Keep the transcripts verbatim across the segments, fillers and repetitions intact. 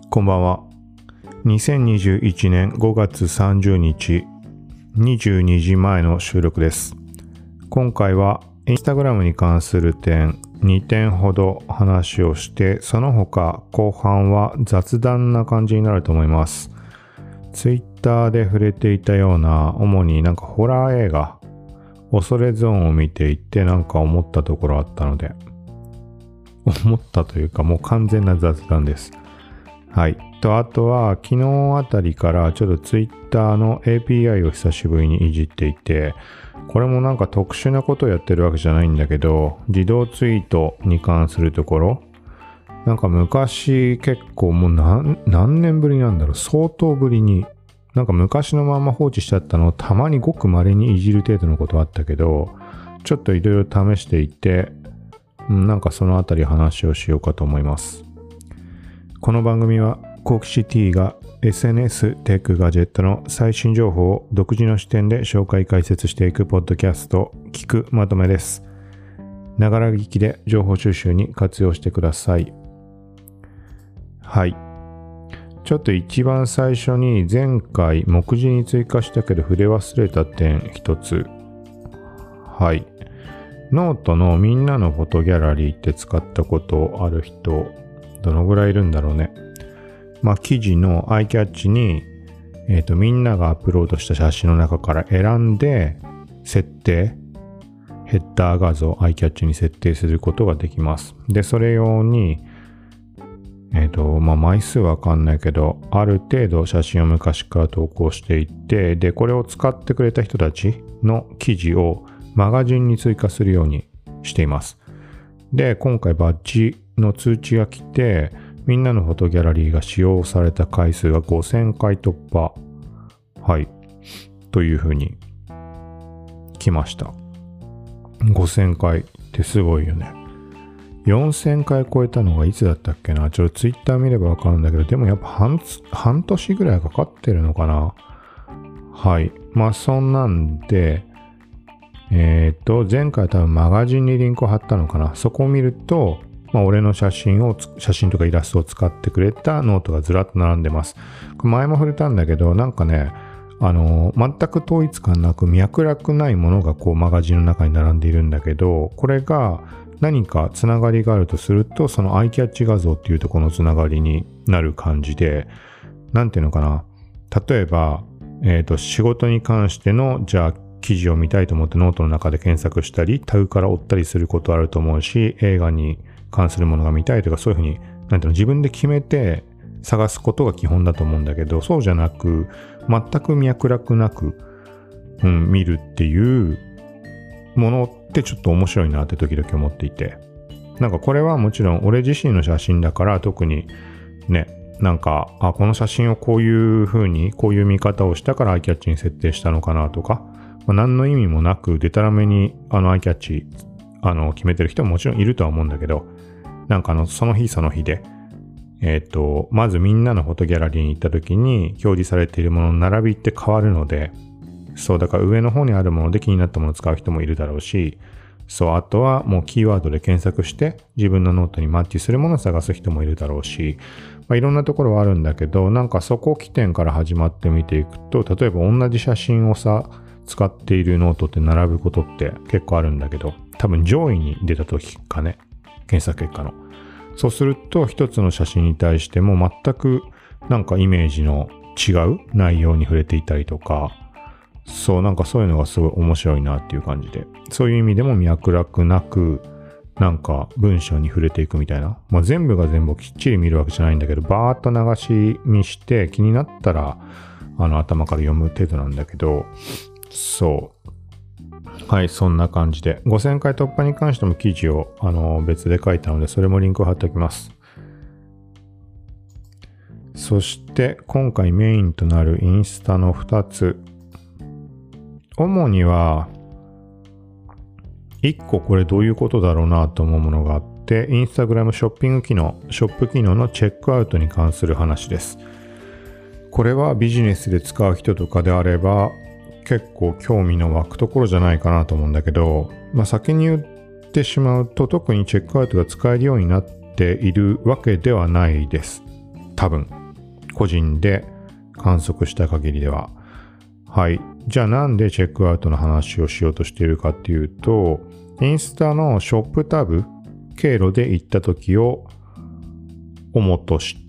こんばんは。にせんにじゅういちねんごがつさんじゅうにちにじゅうにじまえの収録です。今回はインスタグラムに関する点にてんほど話をして、その他後半は雑談な感じになると思います。ツイッターで触れていたような、主になんかホラー映画恐れゾーンを見ていてなんか思ったところあったので、思ったというかもう完全な雑談です。はい。と、あとは昨日あたりからちょっとツイッターの エーピーアイ を久しぶりにいじっていて、これもなんか特殊なことをやってるわけじゃないんだけど、自動ツイートに関するところ、なんか昔結構もう 何, 何年ぶりなんだろう、相当ぶりに、なんか昔のまま放置しちゃったのをたまにごく稀にいじる程度のことあったけど、ちょっといろいろ試していて、なんかそのあたり話をしようかと思います。この番組はコクシティが エスエヌエス テックガジェットの最新情報を独自の視点で紹介解説していくポッドキャスト聞くまとめです。ながら聞きで情報収集に活用してください。はい。ちょっと一番最初に前回目次に追加したけど触れ忘れた点一つ。はい。ノートのみんなのフォトギャラリーって使ったことある人どのぐらいいるんだろうね。まあ記事のアイキャッチに、えっとみんながアップロードした写真の中から選んで設定、ヘッダー画像アイキャッチに設定することができます。でそれ用にえっとまあ枚数わかんないけどある程度写真を昔から投稿していて、でこれを使ってくれた人たちの記事をマガジンに追加するようにしています。で今回バッジの通知が来て、みんなのフォトギャラリーが使用された回数がごせんかい突破。はい。という風に来ました。ごせんかいってすごいよね。よんせんかい超えたのがいつだったっけな。ちょっとツイッター見ればわかるんだけど、でもやっぱ 半, 半年ぐらいかかってるのかな。はい。まあそんなんで、えっと、前回多分マガジンにリンクを貼ったのかな。そこを見ると、まあ、俺の写真を、写真とかイラストを使ってくれたノートがずらっと並んでます。前も触れたんだけど、なんかね、あの、全く統一感なく脈絡ないものがこうマガジンの中に並んでいるんだけど、これが何かつながりがあるとすると、そのアイキャッチ画像っていうところのつながりになる感じで、なんていうのかな。例えば、えっと、仕事に関しての、じゃあ、記事を見たいと思ってノートの中で検索したり、タグから追ったりすることあると思うし、映画に関するものが見たいとか、そういうふうに、なんていうの、自分で決めて探すことが基本だと思うんだけど、そうじゃなく、全く脈絡なく、うん、見るっていうものってちょっと面白いなって時々思っていて。なんかこれはもちろん俺自身の写真だから特にね、なんか、あ、この写真をこういうふうに、こういう見方をしたからアイキャッチに設定したのかなとか、まあ、何の意味もなくデタラメにあのアイキャッチあの決めてる人ももちろんいるとは思うんだけど、なんかあのその日その日でえっとまずみんなのフォトギャラリーに行った時に表示されているものの並びって変わるので、そうだから上の方にあるもので気になったものを使う人もいるだろうし、そうあとはもうキーワードで検索して自分のノートにマッチするものを探す人もいるだろうし、まあ、いろんなところはあるんだけど、なんかそこ起点から始まって見ていくと、例えば同じ写真をさ使っているノートって並ぶことって結構あるんだけど、多分上位に出た時かね、検索結果の。そうすると一つの写真に対しても全くなんかイメージの違う内容に触れていたりとか、そうなんかそういうのがすごい面白いなっていう感じで、そういう意味でも脈絡なくなんか文章に触れていくみたいな、まあ全部が全部きっちり見るわけじゃないんだけど、バーッと流し見して気になったらあの頭から読む程度なんだけど、そうはい、そんな感じでごせんかい突破に関しても記事をあの別で書いたので、それもリンクを貼っておきます。そして今回メインとなるインスタのふたつ、主にはいっここれどういうことだろうなと思うものがあって、インスタグラムショッピング機能、ショップ機能のチェックアウトに関する話です。これはビジネスで使う人とかであれば結構興味の湧くところじゃないかなと思うんだけど、まあ先に言ってしまうと特にチェックアウトが使えるようになっているわけではないです。多分。 個人で観測した限りでは。はい。じゃあなんでチェックアウトの話をしようとしているかっていうと、インスタのショップタブ経路で行った時を主として、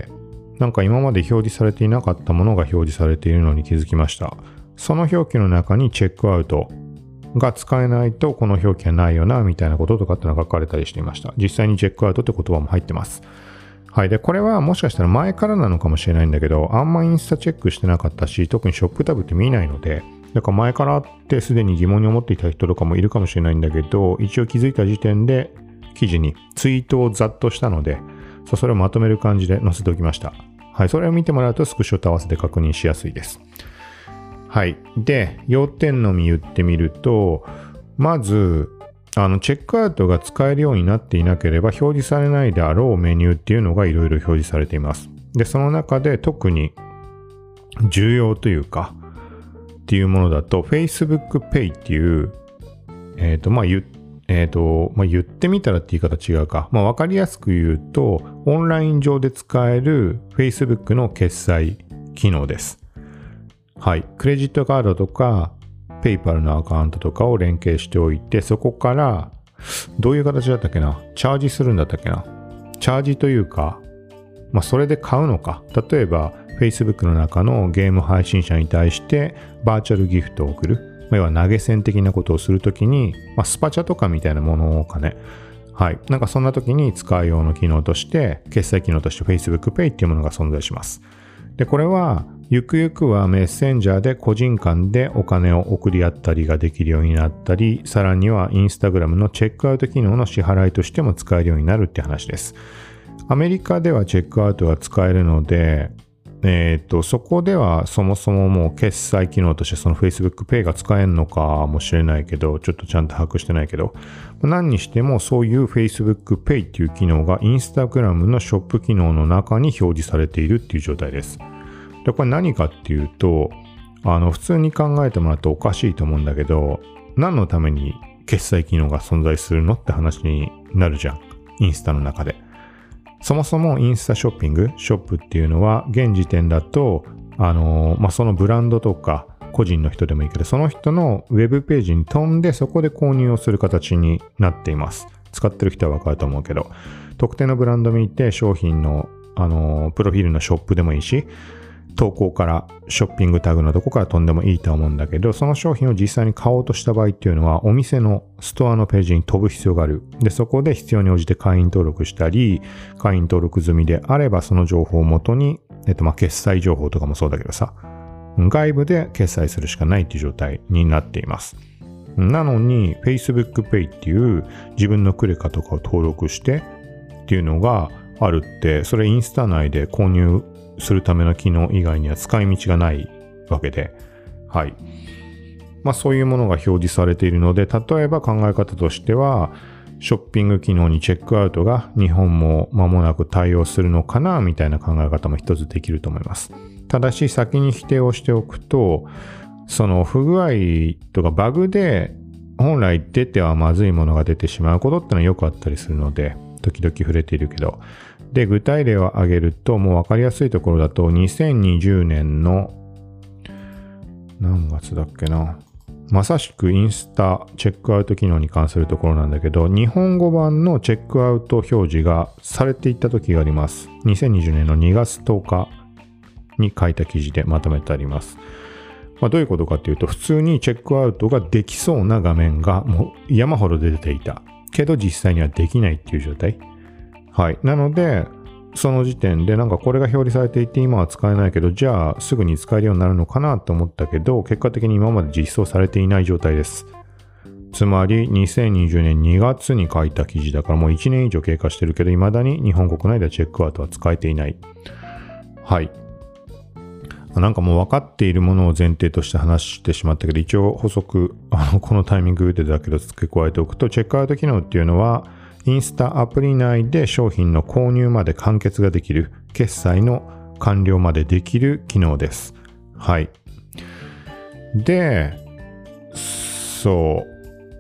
なんか今まで表示されていなかったものが表示されているのに気づきました。その表記の中にチェックアウトが使えないとこの表記はないよなみたいなこととかってのが書かれたりしていました。実際にチェックアウトって言葉も入ってます。はい。で、これはもしかしたら前からなのかもしれないんだけど、あんまインスタチェックしてなかったし、特にショップタブって見ないので、だから前からあってすでに疑問に思っていた人とかもいるかもしれないんだけど、一応気づいた時点で記事にツイートをざっとしたので、そうそれをまとめる感じで載せておきました。はい。それを見てもらうとスクショと合わせて確認しやすいです。はい。で、要点のみ言ってみると、まず、あの、チェックアウトが使えるようになっていなければ表示されないであろうメニューっていうのがいろいろ表示されています。で、その中で特に重要というか、っていうものだと、Facebook Pay っていう、えっと、まあ、言、えっと、まあ、言ってみたらって言い方違うか。まあ、わかりやすく言うと、オンライン上で使える Facebook の決済機能です。はい。クレジットカードとか、PayPal のアカウントとかを連携しておいて、そこから、どういう形だったっけな？チャージするんだったっけな？チャージというか、まあ、それで買うのか。例えば、Facebook の中のゲーム配信者に対して、バーチャルギフトを送る。要は投げ銭的なことをするときに、まあ、スパチャとかみたいなものかね。はい。なんかそんな時に使う用の機能として、決済機能として Facebook Pay っていうものが存在します。で、これは、ゆくゆくはメッセンジャーで個人間でお金を送り合ったりができるようになったり、さらにはインスタグラムのチェックアウト機能の支払いとしても使えるようになるって話です。アメリカではチェックアウトが使えるので、えっと、そこではそもそももう決済機能としてその Facebook Pay が使えるのかもしれないけど、ちょっとちゃんと把握してないけど、何にしてもそういう Facebook Pay っていう機能が Instagram のショップ機能の中に表示されているっていう状態です。で、これ何かっていうと、あの、普通に考えてもらうとおかしいと思うんだけど、何のために決済機能が存在するのって話になるじゃん。インスタの中で。そもそもインスタショッピング、ショップっていうのは、現時点だと、あの、まあ、そのブランドとか、個人の人でもいいけど、その人のウェブページに飛んで、そこで購入をする形になっています。使ってる人はわかると思うけど、特定のブランド見て、商品の、あの、プロフィールのショップでもいいし、投稿からショッピングタグのとこから飛んでもいいと思うんだけど、その商品を実際に買おうとした場合っていうのは、お店のストアのページに飛ぶ必要がある。で、そこで必要に応じて会員登録したり、会員登録済みであればその情報をもとに、えっと、まあ、決済情報とかもそうだけどさ、外部で決済するしかないっていう状態になっています。なのに、Facebook Pay っていう自分のクレカとかを登録してっていうのがあるって、それインスタ内で購入するための機能以外には使い道がないわけで、はい。まあそういうものが表示されているので、例えば考え方としては、ショッピング機能にチェックアウトが日本も間もなく対応するのかな、みたいな考え方も一つできると思います。ただし先に否定をしておくと、その不具合とかバグで本来出てはまずいものが出てしまうことってのはよくあったりするので、時々触れているけど、で、具体例を挙げると、もう分かりやすいところだと、にせんにじゅうねんの、何月だっけな。まさしくインスタチェックアウト機能に関するところなんだけど、日本語版のチェックアウト表示がされていた時があります。にせんにじゅうねんのにがつとおかに書いた記事でまとめてあります。まあ、どういうことかっていうと、普通にチェックアウトができそうな画面がもう山ほど出ていた。けど実際にはできないっていう状態。はい。なので、その時点でなんかこれが表示されていて今は使えないけど、じゃあすぐに使えるようになるのかなと思ったけど、結果的に今まで実装されていない状態です。つまりにせんにじゅうねんにがつに書いた記事だからもういちねん以上経過してるけど、未だに日本国内ではチェックアウトは使えていない。はい。なんかもう分かっているものを前提として話してしまったけど、一応補足、あの、このタイミングでだけど付け加えておくと、チェックアウト機能っていうのは、インスタアプリ内で商品の購入まで完結ができる、決済の完了までできる機能です。はい。で、そう。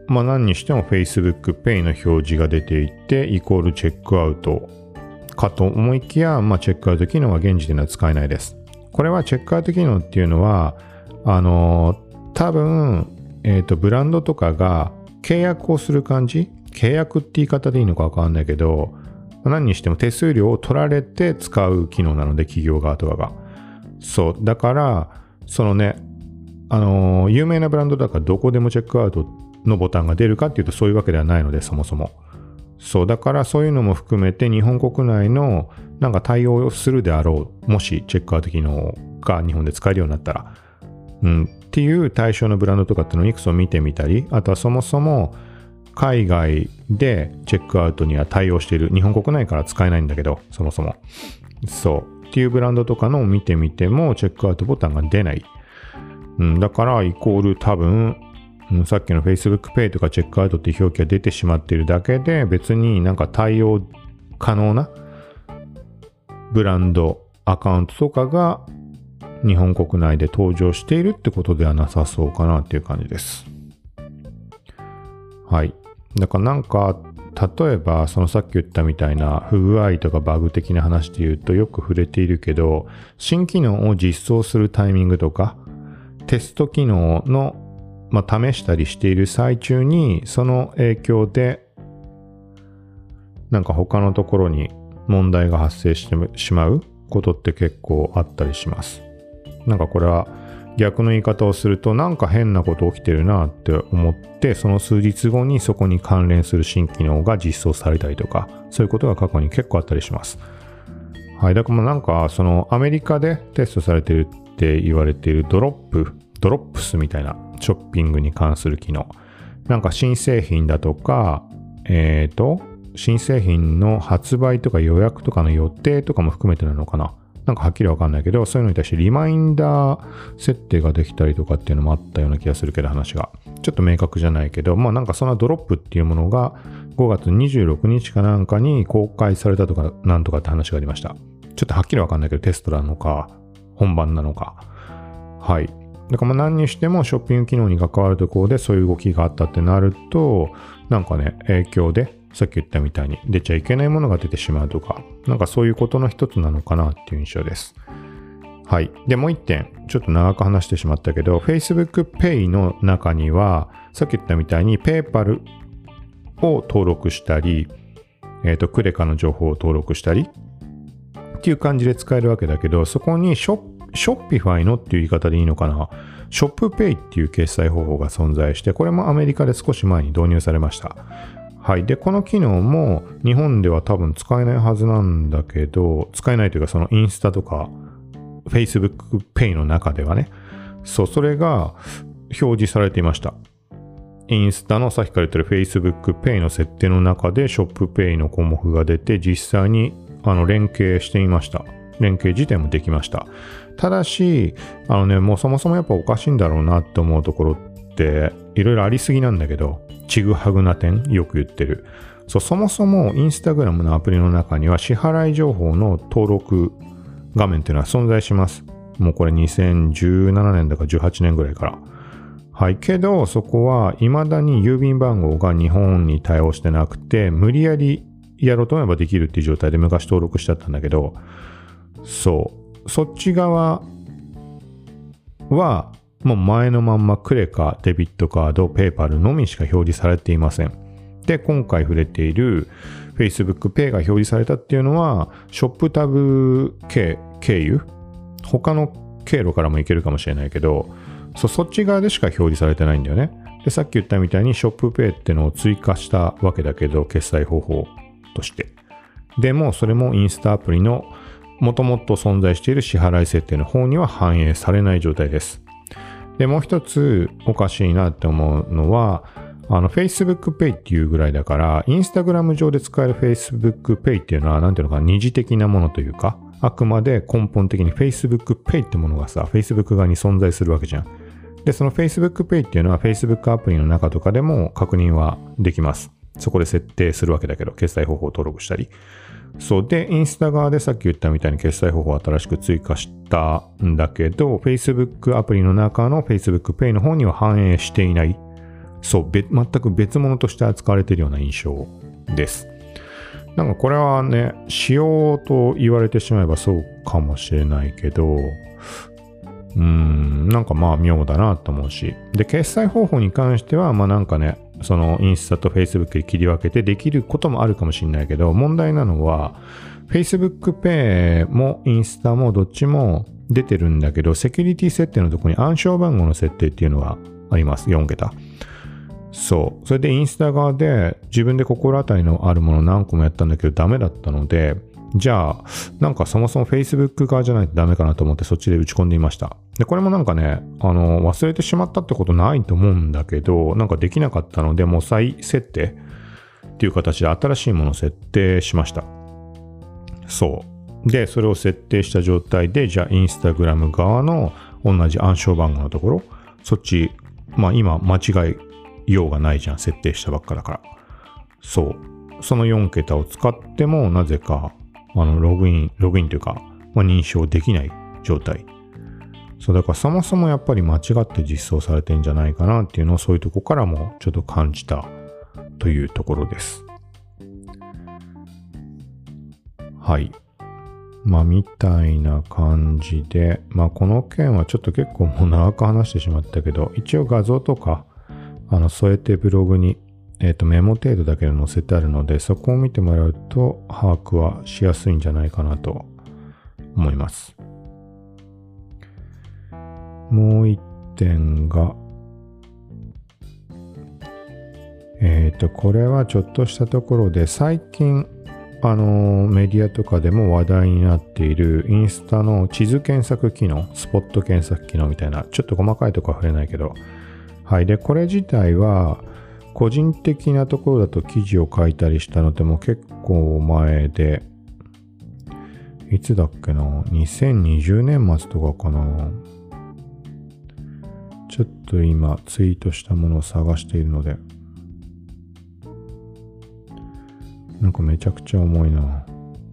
まあ何にしても Facebook Pay の表示が出ていて、イコールチェックアウトかと思いきや、まあ、チェックアウト機能は現時点では使えないです。これはチェックアウト機能っていうのは、あのー、多分、えっと、ブランドとかが契約をする感じ、契約って言い方でいいのかわかんないけど、何にしても手数料を取られて使う機能なので、企業側とかが。そう。だから、そのね、あのー、有名なブランドだからどこでもチェックアウトのボタンが出るかっていうとそういうわけではないので、そもそも。そう。だからそういうのも含めて日本国内のなんか対応をするであろう。もしチェックアウト機能が日本で使えるようになったら。うん。っていう対象のブランドとかっていうのをいくつも見てみたり、あとはそもそも海外でチェックアウトには対応している。日本国内から使えないんだけど、そもそも。そう。っていうブランドとかのを見てみても、チェックアウトボタンが出ない。うん、だから、イコール多分、うん、さっきの Facebook Pay とかチェックアウトっていう表記が出てしまっているだけで、別になんか対応可能なブランド、アカウントとかが日本国内で登場しているってことではなさそうかなっていう感じです。はい。だからなんか、例えば、そのさっき言ったみたいな不具合とかバグ的な話で言うとよく触れているけど、新機能を実装するタイミングとか、テスト機能の、まあ、試したりしている最中に、その影響で、なんか他のところに問題が発生してしまうことって結構あったりします。なんかこれは逆の言い方をすると、なんか変なこと起きてるなって思って、その数日後にそこに関連する新機能が実装されたりとか、そういうことが過去に結構あったりします。はい。だからなんか、そのアメリカでテストされてるって言われているドロップ、ドロップスみたいなショッピングに関する機能。なんか新製品だとか、えっと、新製品の発売とか予約とかの予定とかも含めてなのかな。なんかはっきりわかんないけど、そういうのに対してリマインダー設定ができたりとかっていうのもあったような気がするけど、話が。ちょっと明確じゃないけど、まあなんかそのドロップっていうものがごがつにじゅうろくにちかなんかに公開されたとかなんとかって話がありました。ちょっとはっきりわかんないけど、テストなのか、本番なのか。はい。だからまあ何にしてもショッピング機能に関わるところでそういう動きがあったってなると、なんかね、影響で、さっき言ったみたいに出ちゃいけないものが出てしまうとか、なんかそういうことの一つなのかなっていう印象です。はい。で、もう一点、ちょっと長く話してしまったけど、Facebook Pay の中には、さっき言ったみたいに PayPal を登録したり、えっと、クレカの情報を登録したりっていう感じで使えるわけだけど、そこにショッピファイのっていう言い方でいいのかな、ショップペイっていう決済方法が存在して、これもアメリカで少し前に導入されました。はい。で、この機能も日本では多分使えないはずなんだけど、使えないというかそのインスタとか Facebook Pay の中ではね、そう、それが表示されていました。インスタのさっきから言ってる Facebook Pay の設定の中でショップペイの項目が出て、実際にあの連携していました。連携自体もできました。ただし、あのね、もうそもそもやっぱおかしいんだろうなって思うところっていろいろありすぎなんだけど、ちぐはぐな点、よく言ってる。そう、そもそもインスタグラムのアプリの中には支払い情報の登録画面っていうのは存在します。もうこれにせんじゅうななねんだかじゅうはちねんぐらいから。はい。けど、そこは未だに郵便番号が日本に対応してなくて、無理やりやろうと思えばできるっていう状態で昔登録しちゃったんだけど、そう。そっち側は、もう前のまんまクレカ、デビットカード、ペイパルのみしか表示されていません。で、今回触れている Facebook Pay が表示されたっていうのは、ショップタブ経由、他の経路からもいけるかもしれないけど、そ, そっち側でしか表示されてないんだよね。で、さっき言ったみたいにショップペイってのを追加したわけだけど、決済方法として。でも、それもインスタアプリのもともと存在している支払い設定の方には反映されない状態です。で、もう一つおかしいなって思うのは、あの Facebook Pay っていうぐらいだから、インスタグラム上で使える Facebook Pay っていうのは、なんていうのか、二次的なものというか、あくまで根本的に Facebook Pay ってものがさ、Facebook 側に存在するわけじゃん。で、その Facebook Pay っていうのは Facebook アプリの中とかでも確認はできます。そこで設定するわけだけど、決済方法を登録したり。そうで、インスタ側でさっき言ったみたいに決済方法を新しく追加したんだけど、Facebook アプリの中の Facebook Pay の方には反映していない。そう、べ全く別物として扱われているような印象です。 なんかこれはね、仕様と言われてしまえばそうかもしれないけど、うーん、なんかまあ妙だなと思うし。で、決済方法に関しては、まあなんかね、そのインスタと Facebook で切り分けてできることもあるかもしれないけど、問題なのは、Facebook Pay もインスタもどっちも出てるんだけど、セキュリティ設定のところに暗証番号の設定っていうのがあります。よん桁。そう。それでインスタ側で自分で心当たりのあるもの何個もやったんだけどダメだったので、じゃあ、なんかそもそも Facebook 側じゃないとダメかなと思ってそっちで打ち込んでみました。で、これもなんかね、あの、忘れてしまったってことないと思うんだけど、なんかできなかったので、もう再設定っていう形で新しいものを設定しました。そう。で、それを設定した状態で、じゃあインスタグラム側の同じ暗証番号のところ、そっち、まあ今間違いようがないじゃん、設定したばっかだから。そう。そのよん桁を使っても、なぜか、あの、ログイン、ログインというか、まあ、認証できない状態。そう、だからそもそもやっぱり間違って実装されてんじゃないかなっていうのを、そういうとこからもちょっと感じたというところです。はい。まあ、みたいな感じで、まあ、この件はちょっと結構もう長く話してしまったけど、一応画像とか、あの、添えてブログに、えっと、メモ程度だけで載せてあるので、そこを見てもらうと把握はしやすいんじゃないかなと思います。もう一点が、えっと、これはちょっとしたところで、最近、あの、メディアとかでも話題になっているインスタの地図検索機能、スポット検索機能みたいな、ちょっと細かいところは触れないけど、はい。で、これ自体は、個人的なところだと記事を書いたりしたのでも結構前で、いつだっけな、にせんにじゅうねん末とかかな。ちょっと今ツイートしたものを探しているので、なんかめちゃくちゃ重いな。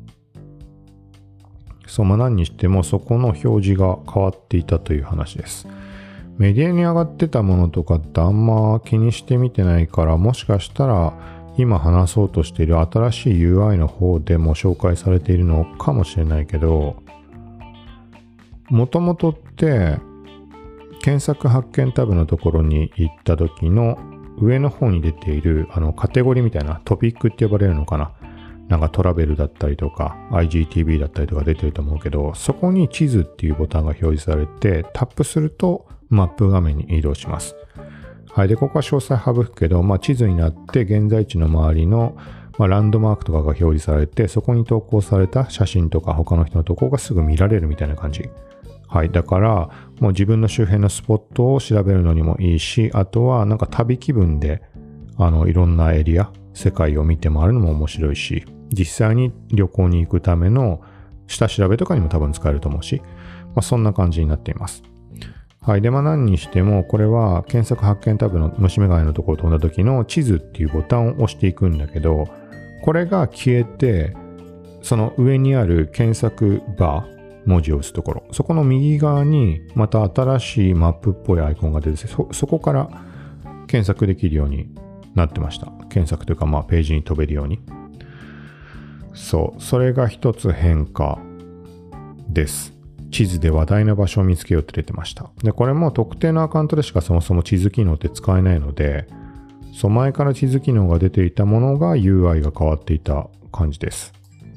そう、まあ何にしてもそこの表示が変わっていたという話です。メディアに上がってたものとかってあんま気にしてみてないから、もしかしたら今話そうとしている新しい ユーアイ の方でも紹介されているのかもしれないけど、もともとって検索発見タブのところに行った時の上の方に出ているあのカテゴリーみたいなトピックって呼ばれるのかな、なんかトラベルだったりとか アイジーティービー だったりとか出てると思うけど、そこに地図っていうボタンが表示されてタップするとマップ画面に移動します。はい。で、ここは詳細省くけど、まあ、地図になって現在地の周りの、まあ、ランドマークとかが表示されて、そこに投稿された写真とか他の人の投稿がすぐ見られるみたいな感じ。はい。だから、もう自分の周辺のスポットを調べるのにもいいし、あとはなんか旅気分で、あの、いろんなエリア、世界を見て回るのも面白いし、実際に旅行に行くための下調べとかにも多分使えると思うし、まあ、そんな感じになっています。はい。で、まあ何にしても、これは検索発見タブの虫眼鏡のところを飛んだ時の地図っていうボタンを押していくんだけど、これが消えて、その上にある検索バー、文字を打つところ、そこの右側にまた新しいマップっぽいアイコンが出て、そ、そこから検索できるようになってました。検索というか、まあページに飛べるように。そう。それが一つ変化です。地図で話題の場所を見つけようって出てました。で、これも特定のアカウントでしかそもそも地図機能って使えないので、そう前から地図機能が出ていたものが ユーアイ が変わっていた感じです。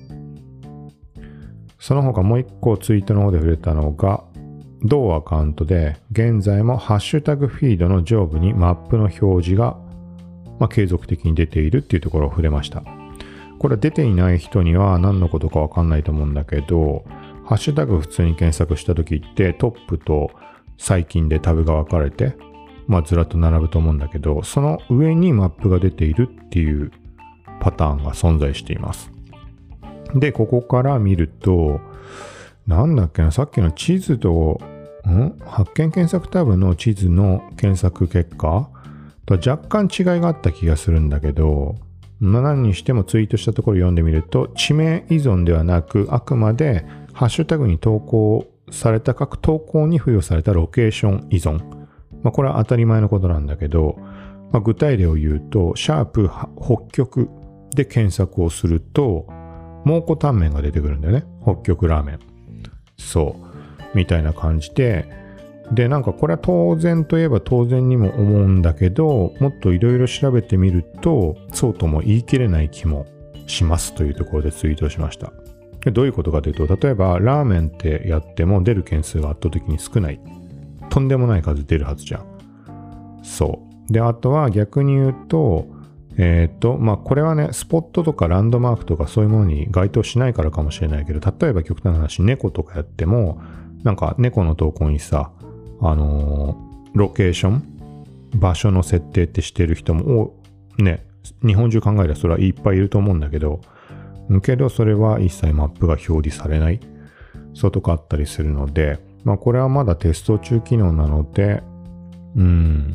その他もう一個ツイートの方で触れたのが、同アカウントで現在もハッシュタグフィードの上部にマップの表示が、まあ、継続的に出ているっていうところを触れました。これ出ていない人には何のことかわかんないと思うんだけど、ハッシュタグ普通に検索した時ってトップと最近でタブが分かれて、まあずらっと並ぶと思うんだけど、その上にマップが出ているっていうパターンが存在しています。で、ここから見ると、なんだっけな、さっきの地図と、ん発見検索タブの地図の検索結果と若干違いがあった気がするんだけど、何にしてもツイートしたところ読んでみると、地名依存ではなく、あくまでハッシュタグに投稿された各投稿に付与されたロケーション依存。まあ、これは当たり前のことなんだけど、まあ、具体例を言うと、シャープ北極で検索をすると、蒙古タンメンが出てくるんだよね。北極ラーメン。そう。みたいな感じで、で、なんかこれは当然といえば当然にも思うんだけど、もっといろいろ調べてみると、そうとも言い切れない気もしますというところでツイートしました。でどういうことかというと、例えばラーメンってやっても出る件数が圧倒的に少ない。とんでもない数出るはずじゃん。そう。で、あとは逆に言うと、えっと、まあ、これはね、スポットとかランドマークとかそういうものに該当しないからかもしれないけど、例えば極端な話、猫とかやっても、なんか猫の投稿にさ、あのー、ロケーション、場所の設定ってしてる人も、ね、日本中考えればそれはいっぱいいると思うんだけど、けどそれは一切マップが表示されない、そうとかあったりするので、まあこれはまだテスト中機能なので、うん、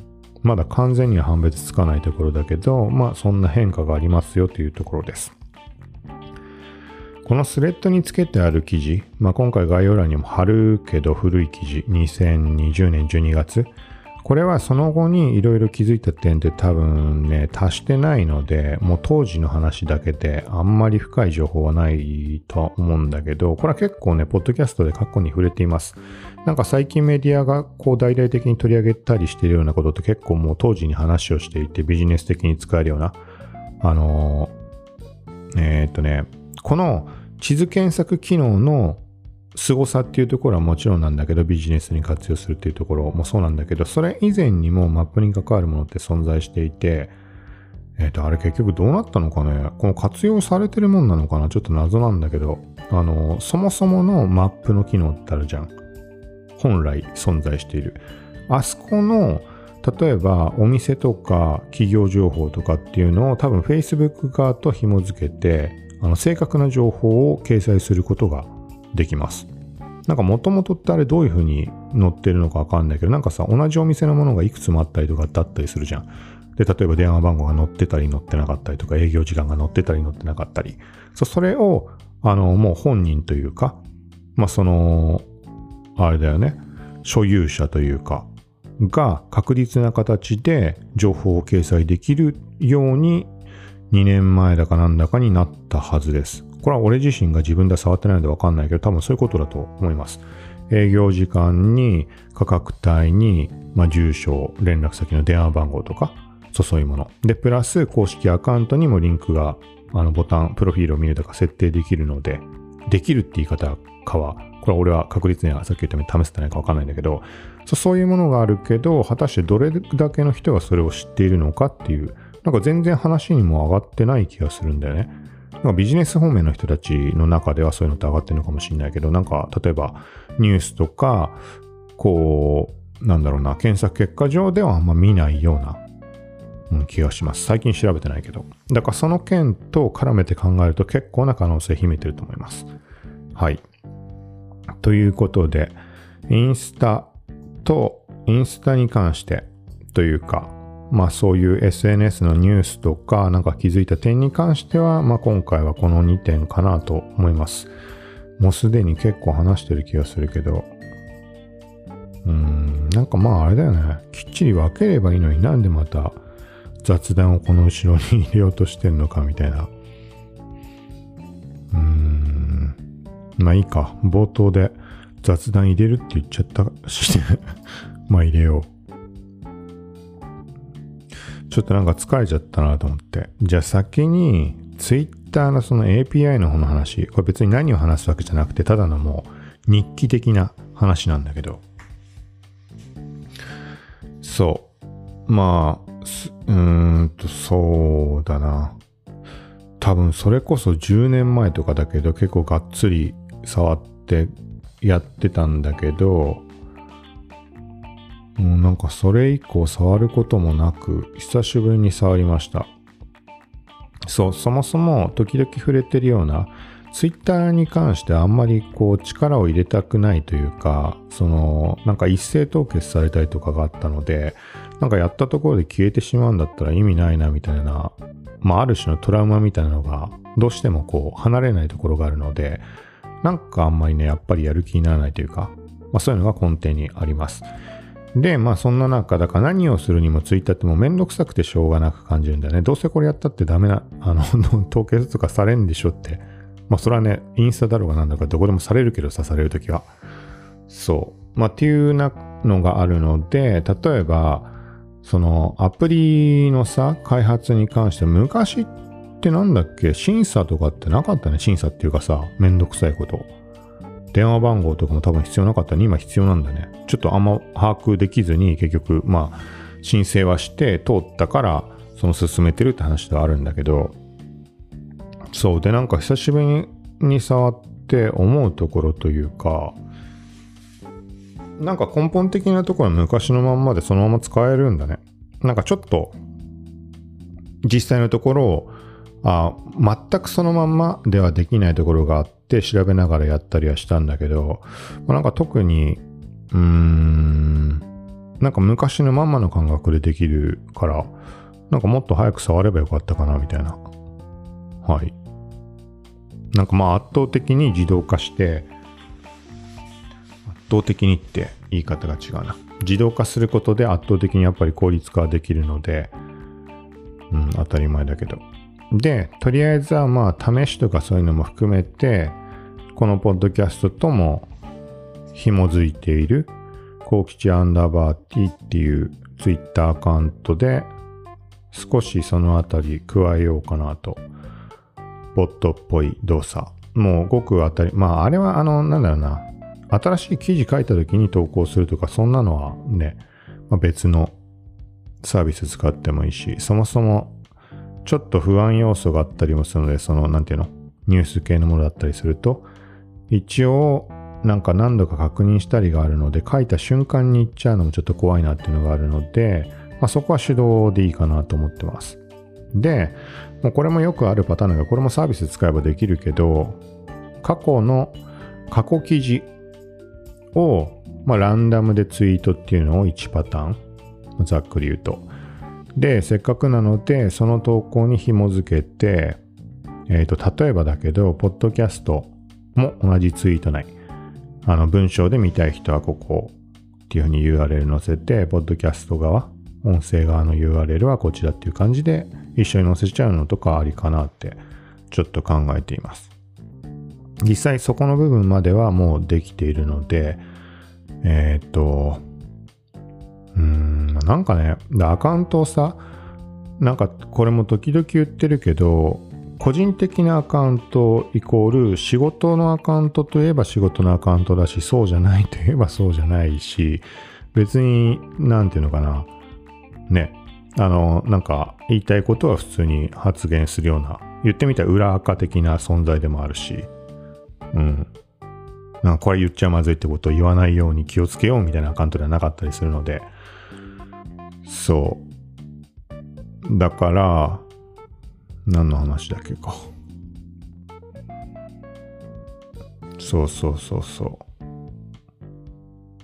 まだ完全には判別つかないところだけど、まあそんな変化がありますよというところです。このスレッドにつけてある記事、まあ今回概要欄にも貼るけど古い記事、にせんにじゅうねんじゅうにがつ。これはその後にいろいろ気づいた点って多分ね、足してないので、もう当時の話だけであんまり深い情報はないとは思うんだけど、これは結構ね、ポッドキャストで過去に触れています。なんか最近メディアがこう大々的に取り上げたりしているようなことって結構もう当時に話をしていてビジネス的に使えるような、あのー、えー、っとね、この地図検索機能の凄さっていうところはもちろんなんだけど、ビジネスに活用するっていうところもそうなんだけど、それ以前にもマップに関わるものって存在していて、えっと、あれ結局どうなったのかね、この活用されてるもんなのかな、ちょっと謎なんだけど、あの、そもそものマップの機能ってあるじゃん。本来存在している。あそこの、例えばお店とか企業情報とかっていうのを多分 Facebook 側と紐付けて、あの正確な情報を掲載することができます。なんか元々ってあれどういう風に載ってるのかわかんないけど、なんかさ、同じお店のものがいくつもあったりとかだったりするじゃん。で、例えば電話番号が載ってたり載ってなかったりとか、営業時間が載ってたり載ってなかったり。そ, それを、あの、もう本人というか、まあ、その、あれだよね、所有者というか、が確実な形で情報を掲載できるようににねんまえだかなんだかになったはずです。これは俺自身が自分では触ってないのでわかんないけど、多分そういうことだと思います。営業時間に価格帯に、まあ、住所、連絡先の電話番号とか、そういうもの。で、プラス公式アカウントにもリンクが、あのボタン、プロフィールを見るとか設定できるので、できるって言い方かは、これは俺は確実にはさっき言ったように試せてないかわかんないんだけど、そういうものがあるけど、果たしてどれだけの人がそれを知っているのかっていう、なんか全然話にも上がってない気がするんだよね。なんかビジネス方面の人たちの中ではそういうのって上がってるのかもしれないけど、なんか例えばニュースとか、こう、なんだろうな、検索結果上ではあんま見ないような、うん、気がします。最近調べてないけど。だからその件と絡めて考えると結構な可能性秘めてると思います。はい。ということで、インスタとインスタに関してというか、まあそういう エスエヌエス のニュースとかなんか気づいた点に関しては、まあ今回はこのにてんかなと思います。もうすでに結構話してる気がするけど、うーん、なんかまああれだよね。きっちり分ければいいのになんでまた雑談をこの後ろに入れようとしてんのかみたいな。うーん、まあいいか。冒頭で雑談入れるって言っちゃったし、まあ入れよう。ちょっとなんか疲れちゃったなと思って。じゃあ先に Twitter のその エーピーアイ の方の話、これ別に何を話すわけじゃなくて、ただのもう日記的な話なんだけど。そう。まあ、うーんと、そうだな。多分それこそじゅうねんまえとかだけど、結構がっつり触ってやってたんだけど、もうなんかそれ以降触ることもなく久しぶりに触りました。そう、そもそも時々触れてるようなツイッターに関してあんまりこう力を入れたくないというか、そのなんか一斉凍結されたりとかがあったので、なんかやったところで消えてしまうんだったら意味ないなみたいな、まあある種のトラウマみたいなのがどうしてもこう離れないところがあるので、なんかあんまりねやっぱりやる気にならないというか、まあそういうのが根底にあります。 で、まあそんな中、だから何をするにもツイッターってもうめんどくさくてしょうがなく感じるんだよね。どうせこれやったってダメな、あの、凍結とかされんでしょって。まあそれはね、インスタだろうがなんだかどこでもされるけどさ、されるときは。そう。まあっていうなのがあるので、例えば、そのアプリのさ、開発に関して昔ってなんだっけ、審査とかってなかったね。審査っていうかさ、めんどくさいこと。電話番号とかも多分必要なかったね。今必要なんだね。ちょっとあんま把握できずに結局、まあ、申請はして通ったから、その進めてるって話ではあるんだけど、そう。で、なんか久しぶりに触って思うところというか、なんか根本的なところは昔のまんまでそのまま使えるんだね。なんかちょっと、実際のところ、あ、全くそのまんまではできないところがあって調べながらやったりはしたんだけど、なんか特に、うーん、なんか昔のまんまの感覚でできるから、なんかもっと早く触ればよかったかなみたいな。はい。なんかまあ圧倒的に自動化して、圧倒的にって言い方が違うな。自動化することで圧倒的にやっぱり効率化できるので、うん、当たり前だけど。で、とりあえずはまあ試しとかそういうのも含めて、このポッドキャストとも紐づいているコウキチアンダーバー T っていうツイッターアカウントで少しそのあたり加えようかなと。ボットっぽい動作。もうごく当たり、まああれはあの、なんだろうな。新しい記事書いた時に投稿するとかそんなのはね、まあ、別のサービス使ってもいいし、そもそもちょっと不安要素があったりもするので、その、なんていうの、ニュース系のものだったりすると、一応、なんか何度か確認したりがあるので、書いた瞬間に言っちゃうのもちょっと怖いなっていうのがあるので、まあ、そこは手動でいいかなと思ってます。で、もうこれもよくあるパターンだが、これもサービス使えばできるけど、過去の、過去記事を、まあ、ランダムでツイートっていうのをいちパターン、ざっくり言うと。で、せっかくなので、その投稿に紐付けて、えっと、例えばだけど、ポッドキャストも同じツイート内。あの、文章で見たい人はここっていうふうに ユーアールエル 載せて、ポッドキャスト側、音声側の ユーアールエル はこちらっていう感じで、一緒に載せちゃうのとかありかなって、ちょっと考えています。実際そこの部分まではもうできているので、えっと、うーん、なんかね、アカウントをさ、なんかこれも時々言ってるけど、個人的なアカウントイコール仕事のアカウントといえば仕事のアカウントだし、そうじゃないといえばそうじゃないし、別に、なんていうのかな、ね、あの、なんか言いたいことは普通に発言するような、言ってみたら裏垢的な存在でもあるし、うん。なんかこれ言っちゃまずいってことを言わないように気をつけようみたいなアカウントではなかったりするので、そう。だから、何の話だっけか。そうそうそうそう。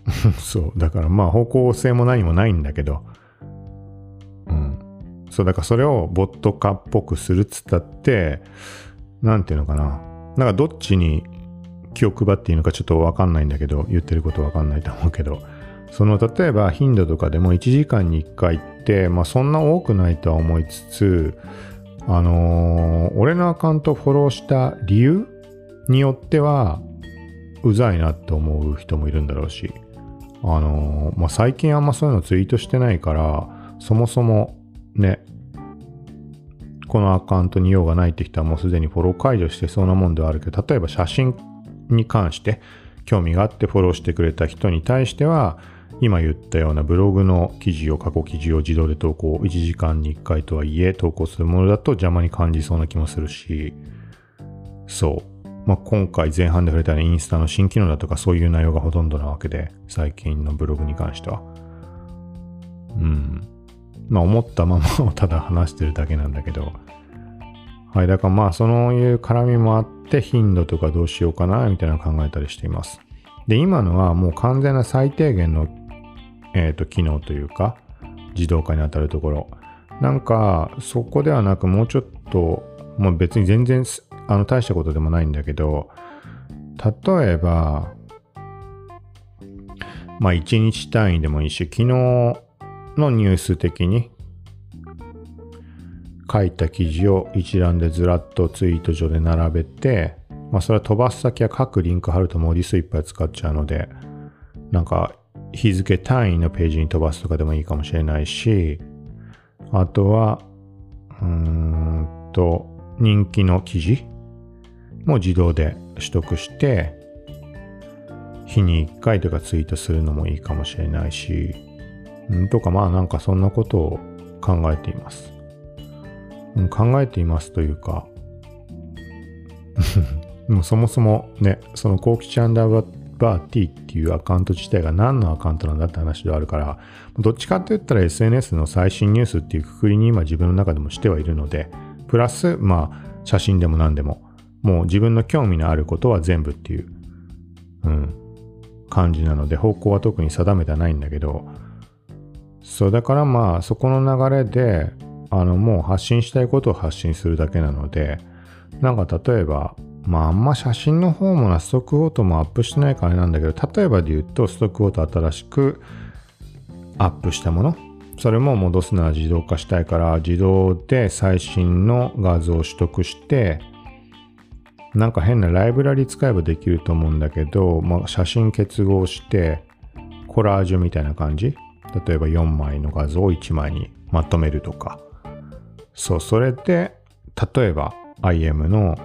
そう。だからまあ方向性も何もないんだけど、うん。そう、だからそれをボット化っぽくするっつったって、なんていうのかな。なんかどっちに気を配っていいのかちょっとわかんないんだけど、言ってることわかんないと思うけど、その例えば頻度とかでもいちじかんにいっかいって、まあそんな多くないとは思いつつ、あのー、俺のアカウントをフォローした理由によっては、うざいなって思う人もいるんだろうし、あのー、まあ最近あんまそういうのツイートしてないから、そもそもね、このアカウントに用がないって人はもうすでにフォロー解除してそうなもんではあるけど、例えば写真に関して興味があってフォローしてくれた人に対しては、今言ったようなブログの記事を過去記事を自動で投稿いちじかんにいっかいとはいえ投稿するものだと邪魔に感じそうな気もするし、そう、まあ、今回前半で触れたようなインスタの新機能だとかそういう内容がほとんどなわけで、最近のブログに関してはうんまあ思ったままをただ話してるだけなんだけど、はい、だからまあそういう絡みもあって頻度とかどうしようかなみたいなのを考えたりしています。で、今のはもう完全な最低限のえっと、機能というか、自動化に当たるところ。なんか、そこではなく、もうちょっと、もう別に全然、あの、大したことでもないんだけど、例えば、 まあいちにち単位でもいいし、昨日のニュース的に書いた記事を一覧でずらっとツイート上で並べて、まあそれは飛ばす先は各リンク貼ると文字数いっぱい使っちゃうので、なんか日付単位のページに飛ばすとかでもいいかもしれないし、あとは、うーんと、人気の記事も自動で取得して、日にいっかいとかツイートするのもいいかもしれないし、んとかまあなんかそんなことを考えています。うん、考えていますというか、もうそもそもね、その幸吉アンダーバー T っていうアカウント自体が何のアカウントなんだって話ではあるから、どっちかって言ったら エスエヌエス の最新ニュースっていうくくりに今自分の中でもしてはいるので、プラスまあ写真でも何でも、もう自分の興味のあることは全部っていう、うん、感じなので、方向は特に定めてはないんだけど、そうだからまあそこの流れで、あのもう発信したいことを発信するだけなので、なんか例えば、まああんま写真の方もなストックフォトもアップしてないからなんだけど、例えばで言うとストックフォト新しくアップしたもの、それも戻すのは自動化したいから自動で最新の画像を取得して、なんか変なライブラリ使えばできると思うんだけど、まあ、写真結合してコラージュみたいな感じ、例えばよんまいの画像をいちまいにまとめるとか、そう、それで例えば アイエム の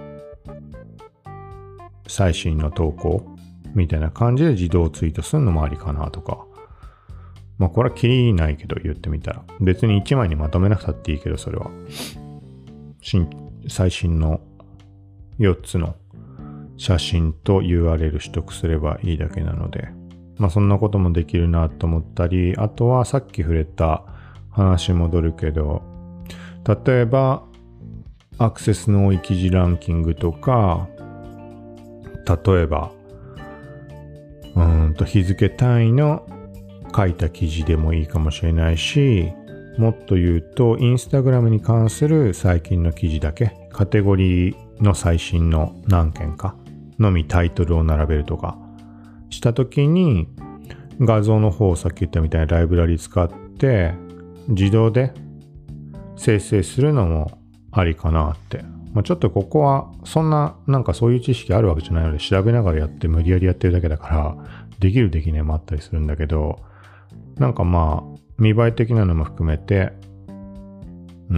最新の投稿みたいな感じで自動ツイートするのもありかなとか。まあこれはきりないけど言ってみたら。別にいちまいにまとめなくたっていいけど、それは。新最新のよっつの写真と ユーアールエル 取得すればいいだけなので。まあそんなこともできるなと思ったり、あとはさっき触れた話戻るけど、例えばアクセスの多い記事ランキングとか、例えばうーんと日付単位の書いた記事でもいいかもしれないし、もっと言うとインスタグラムに関する最近の記事だけ、カテゴリーの最新の何件かのみタイトルを並べるとかしたときに、画像の方をさっき言ったみたいなライブラリ使って自動で生成するのもありかなって。まあ、ちょっとここはそんななんかそういう知識あるわけじゃないので、調べながらやって無理やりやってるだけだからできるできないもあったりするんだけど、なんかまあ見栄え的なのも含めて、うん、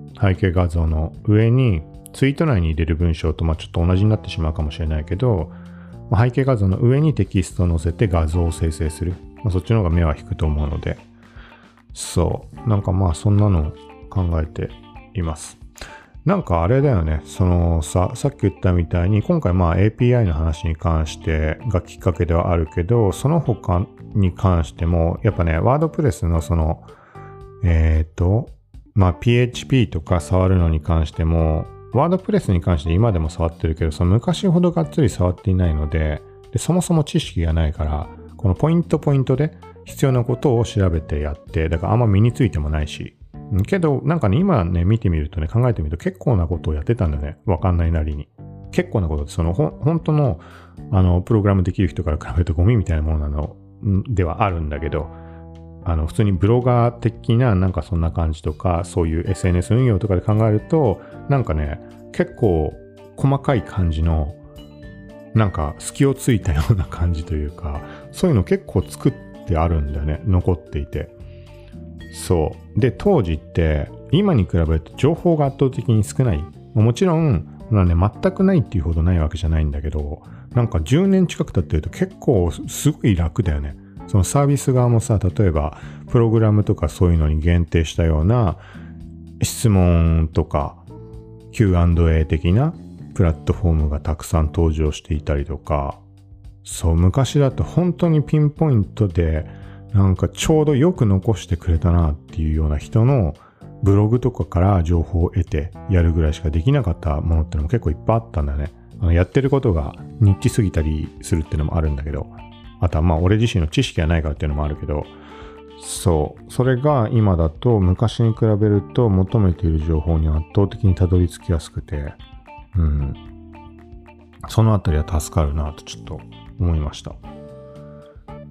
背景画像の上にツイート内に入れる文章とまあちょっと同じになってしまうかもしれないけど、まあ、背景画像の上にテキストを載せて画像を生成する、まあ、そっちの方が目は引くと思うので、そうなんかまあそんなのを考えています。なんかあれだよね、そのさ、さっき言ったみたいに今回まあ エーピーアイ の話に関してがきっかけではあるけど、その他に関してもやっぱね、ワードプレスのそのえっとまあ ピーエイチピー とか触るのに関しても、ワードプレスに関して今でも触ってるけど、その昔ほどがっつり触っていないので、でそもそも知識がないから、このポイントポイントで必要なことを調べてやって、だからあんま身についてもないし、けどなんかね、今ね見てみるとね、考えてみると結構なことをやってたんだよね、わかんないなりに。結構なことって、そのほ本当のあのプログラムできる人から比べるとゴミみたいなものなのではあるんだけど、あの普通にブロガー的ななんかそんな感じとか、そういう エスエヌエス 運用とかで考えると、なんかね結構細かい感じのなんか隙をついたような感じというか、そういうの結構作ってあるんだよね、残っていて。そうで、当時って今に比べると情報が圧倒的に少ない。もちろんまあね、全くないっていうほどないわけじゃないんだけど、なんかじゅうねん近く経ってると結構すごい楽だよね。そのサービス側もさ、例えばプログラムとかそういうのに限定したような質問とか キューアンドエー 的なプラットフォームがたくさん登場していたりとか、そう昔だと本当にピンポイントでなんかちょうどよく残してくれたなっていうような人のブログとかから情報を得てやるぐらいしかできなかったものってのも結構いっぱいあったんだね。あのやってることがニッチすぎたりするっていうのもあるんだけど、あとはまあ俺自身の知識がないからっていうのもあるけど、そうそれが今だと昔に比べると求めている情報に圧倒的にたどり着きやすくて、うんそのあたりは助かるなとちょっと思いました。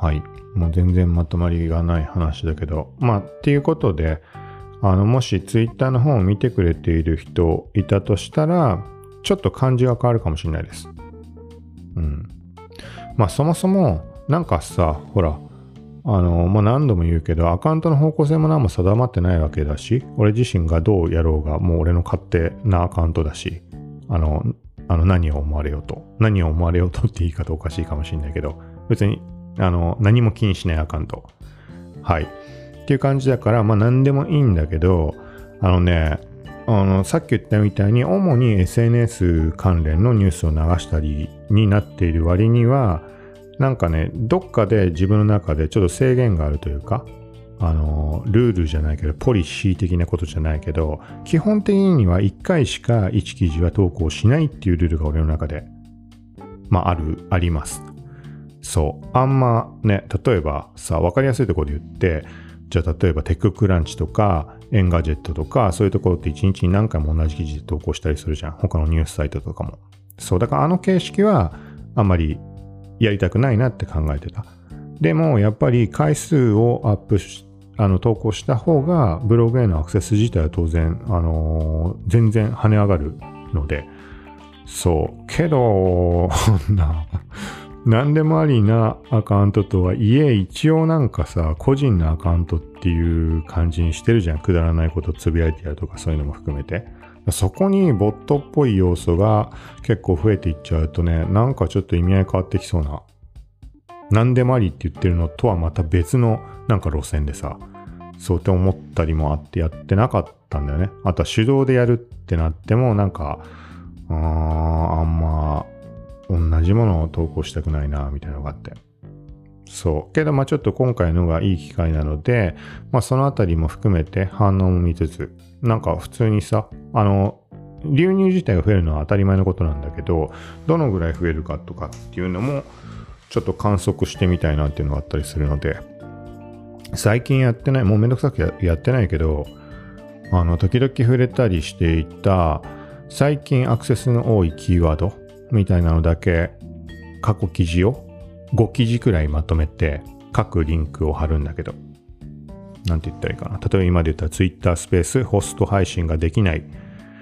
はい。もう全然まとまりがない話だけど、まあ、っていうことで、あの、もしツイッターの方を見てくれている人いたとしたら、ちょっと感じが変わるかもしれないです。うん。まあ、そもそも、なんかさ、ほら、あの、まあ、何度も言うけど、アカウントの方向性も何も定まってないわけだし、俺自身がどうやろうが、もう俺の勝手なアカウントだし、あの、あの何を思われようと。何を思われようとって言い方おかしいかもしれないけど、別に、あの、何も気にしないアカウント。はい。っていう感じだから、まあ何でもいいんだけど、あのね、あの、さっき言ったみたいに、主に エスエヌエス 関連のニュースを流したりになっている割には、なんかね、どっかで自分の中でちょっと制限があるというか、あの、ルールじゃないけど、ポリシー的なことじゃないけど、基本的にはいっかいしかいち記事は投稿しないっていうルールが俺の中で、まあ、ある、あります。そう。あんまね、例えばさ、わかりやすいところで言って、じゃあ例えばテッククランチとか、エンガジェットとか、そういうところっていちにちに何回も同じ記事で投稿したりするじゃん。他のニュースサイトとかも。そう。だからあの形式は、あんまりやりたくないなって考えてた。でも、やっぱり回数をアップし、あの、投稿した方が、ブログへのアクセス自体は当然、あのー、全然跳ね上がるので、そう。けど、な、なんでもありなアカウントとはいえ、一応なんかさ、個人のアカウントっていう感じにしてるじゃん。くだらないことつぶやいてやるとかそういうのも含めて。そこにボットっぽい要素が結構増えていっちゃうとね、なんかちょっと意味合い変わってきそうな。なんでもありって言ってるのとはまた別のなんか路線でさ、そうって思ったりもあってやってなかったんだよね。あとは手動でやるってなってもなんか、あーあんま同じものを投稿したくないなみたいなのがあって。そう。けどまあちょっと今回のがいい機会なので、まあそのあたりも含めて反応も見つつ、なんか普通にさ、あの、流入自体が増えるのは当たり前のことなんだけど、どのぐらい増えるかとかっていうのも、ちょっと観測してみたいなっていうのがあったりするので、最近やってない、もうめんどくさく や, やってないけど、あの、時々触れたりしていた、最近アクセスの多いキーワードみたいなのだけ、過去記事をご記事くらいまとめて、各リンクを貼るんだけど、なんて言ったらいいかな。例えば今で言ったら Twitter スペースホスト配信ができない。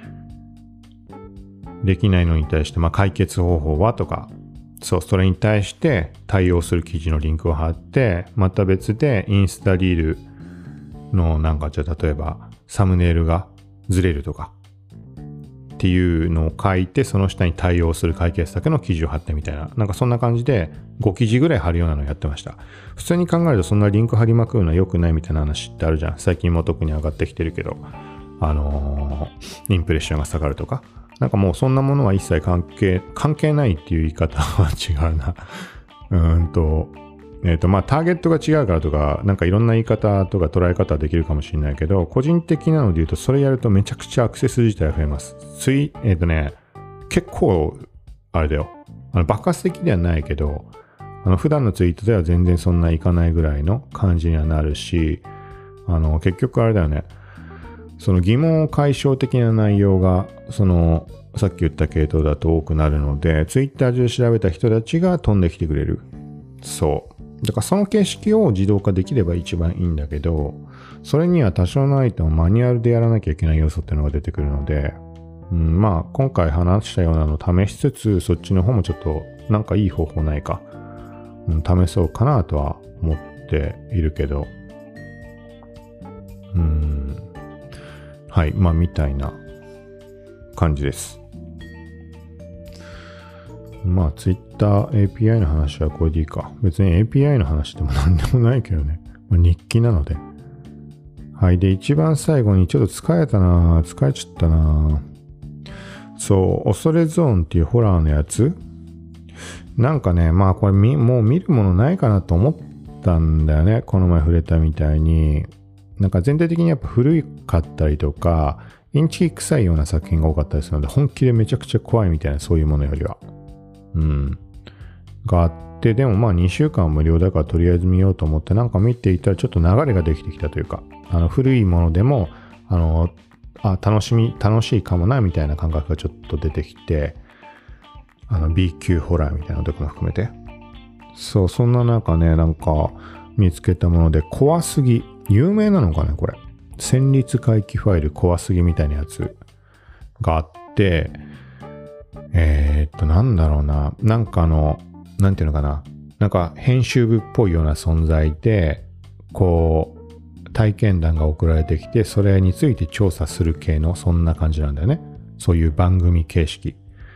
できないのに対して、まあ解決方法はとか、そう、それに対して対応する記事のリンクを貼って、また別でインスタリールのなんか、じゃあ例えばサムネイルがずれるとかっていうのを書いて、その下に対応する解決策の記事を貼ってみたいな、なんかそんな感じでご記事ぐらい貼るようなのをやってました。普通に考えるとそんなリンク貼りまくるのは良くないみたいな話ってあるじゃん。最近も特に上がってきてるけど、あのー、インプレッションが下がるとか。なんかもうそんなものは一切関係、関係ないっていう言い方は違うな。うーんと、えっとまあターゲットが違うからとか、なんかいろんな言い方とか捉え方はできるかもしれないけど、個人的なので言うとそれやるとめちゃくちゃアクセス自体が増えます。つい、えっとね、結構、あれだよ。あの爆発的ではないけど、あの普段のツイートでは全然そんないかないぐらいの感じにはなるし、あの結局あれだよね。その疑問解消的な内容が、その、さっき言った系統だと多くなるので、ツイッター上で調べた人たちが飛んできてくれる。そう。だからその形式を自動化できれば一番いいんだけど、それには多少ないとマニュアルでやらなきゃいけない要素っていうのが出てくるので、うん、まあ今回話したようなのを試しつつ、そっちの方もちょっとなんかいい方法ないか、うん、試そうかなとは思っているけど、うん。はい。まあ、みたいな感じです。まあ、Twitter エーピーアイ の話はこれでいいか。別に エーピーアイ の話でもなんでもないけどね。まあ、日記なので。はい。で、一番最後にちょっと疲れたな疲れちゃったなそう、恐れゾーンっていうホラーのやつ。なんかね、まあこれみもう見るものないかなと思ったんだよね。この前触れたみたいに。なんか全体的にやっぱ古かったりとか、インチキ臭いような作品が多かったりするので、本気でめちゃくちゃ怖いみたいな、そういうものよりは。うん。があって、でもまあにしゅうかん無料だからとりあえず見ようと思ってなんか見ていたらちょっと流れができてきたというか、あの古いものでも、あの、あ、楽しみ、楽しいかもなみたいな感覚がちょっと出てきて、あの B 級ホラーみたいなとこも含めて。 そう、そんな中ね、なんか見つけたもので、怖すぎ。有名なのかね、これ。戦慄回帰ファイル怖すぎみたいなやつがあって、えー、っと、なんだろうな。なんかあの、なんていうのかな。なんか編集部っぽいような存在で、こう、体験談が送られてきて、それについて調査する系の、そんな感じなんだよね。そういう番組形式。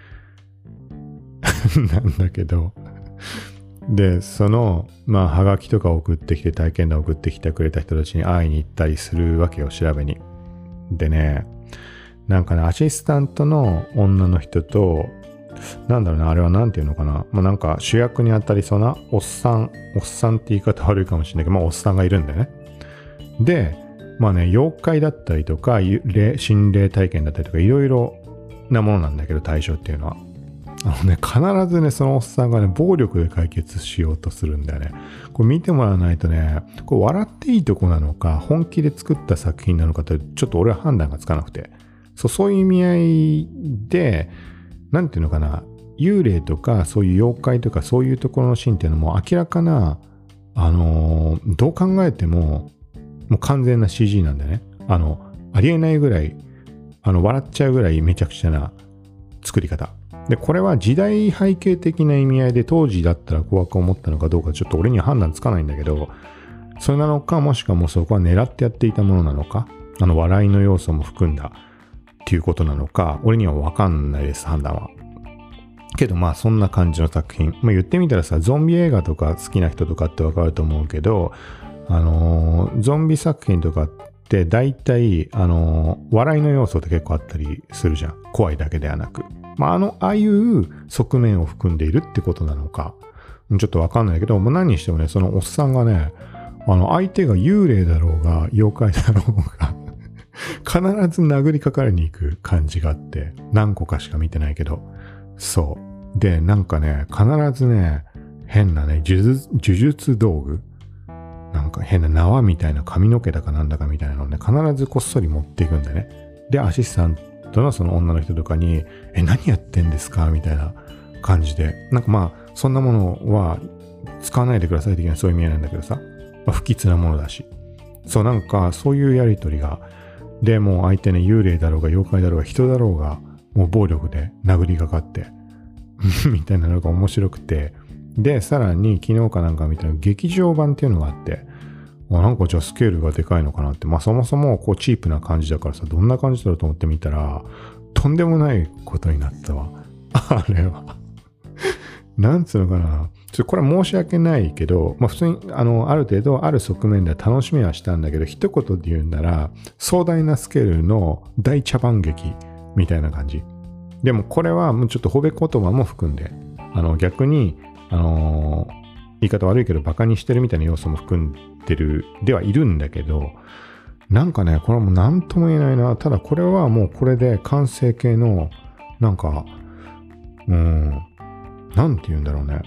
なんだけど。で、その、まあ、はがきとか送ってきて、体験談を送ってきてくれた人たちに会いに行ったりするわけよ、調べに。でね、なんかね、アシスタントの女の人と、なんだろうな、あれはなんていうのかな。まあ、なんか主役に当たりそうな、おっさん、おっさんって言い方悪いかもしれないけど、まあ、おっさんがいるんだよね。で、まあね、妖怪だったりとか、心霊体験だったりとか、いろいろなものなんだけど、対象っていうのは。あのね、必ずね、そのおっさんがね、暴力で解決しようとするんだよね。これ見てもらわないとね、これ笑っていいとこなのか、本気で作った作品なのかって、ちょっと俺は判断がつかなくて。そう、そういう意味合いで、なんていうのかな、幽霊とか、そういう妖怪とか、そういうところのシーンっていうのも明らかな、あのー、どう考えても、もう完全な シージー なんだよね。あの、ありえないぐらい、あの、笑っちゃうぐらいめちゃくちゃな作り方。で、これは時代背景的な意味合いで当時だったら怖く思ったのかどうかちょっと俺には判断つかないんだけど、それなのかもしくはもうそこは狙ってやっていたものなのか、あの笑いの要素も含んだっていうことなのか、俺にはわかんないです、判断は。けどまあそんな感じの作品。まあ言ってみたらさ、ゾンビ映画とか好きな人とかってわかると思うけど、あのー、ゾンビ作品とかって大体、あのー、笑いの要素って結構あったりするじゃん。怖いだけではなく。まあ、あの、ああいう側面を含んでいるってことなのか、ちょっとわかんないけど、もう何にしてもね、そのおっさんがね、あの、相手が幽霊だろうが、妖怪だろうが、必ず殴りかかりに行く感じがあって、何個かしか見てないけど、そう。で、なんかね、必ずね、変なね、呪術、呪術道具なんか変な縄みたいな髪の毛だかなんだかみたいなのをね、必ずこっそり持っていくんだね。で、アシスタントのその女の人とかに、え、何やってんですかみたいな感じで。なんかまあ、そんなものは使わないでください的なそういう意味合いなんだけどさ。まあ、不吉なものだし。そう、なんかそういうやりとりが。で、もう相手ね、幽霊だろうが妖怪だろうが人だろうが、もう暴力で殴りかかって、みたいなのが面白くて。で、さらに昨日かなんか見たら劇場版っていうのがあって、あ、なんかじゃあスケールがでかいのかなって。まあそもそもこうチープな感じだからさ、どんな感じだろうと思ってみたら、とんでもないことになったわ。あれは。なんつうのかな。ちょこれは申し訳ないけど、まあ普通に、あの、ある程度ある側面では楽しみはしたんだけど、一言で言うんなら、壮大なスケールの大茶番劇みたいな感じ。でもこれはもうちょっと褒め言葉も含んで、あの逆に、あのー、言い方悪いけどバカにしてるみたいな要素も含んでるではいるんだけど、なんかね、これはもう何とも言えないな。ただこれはもうこれで完成形の、なんか、うーん、なんて言うんだろうね。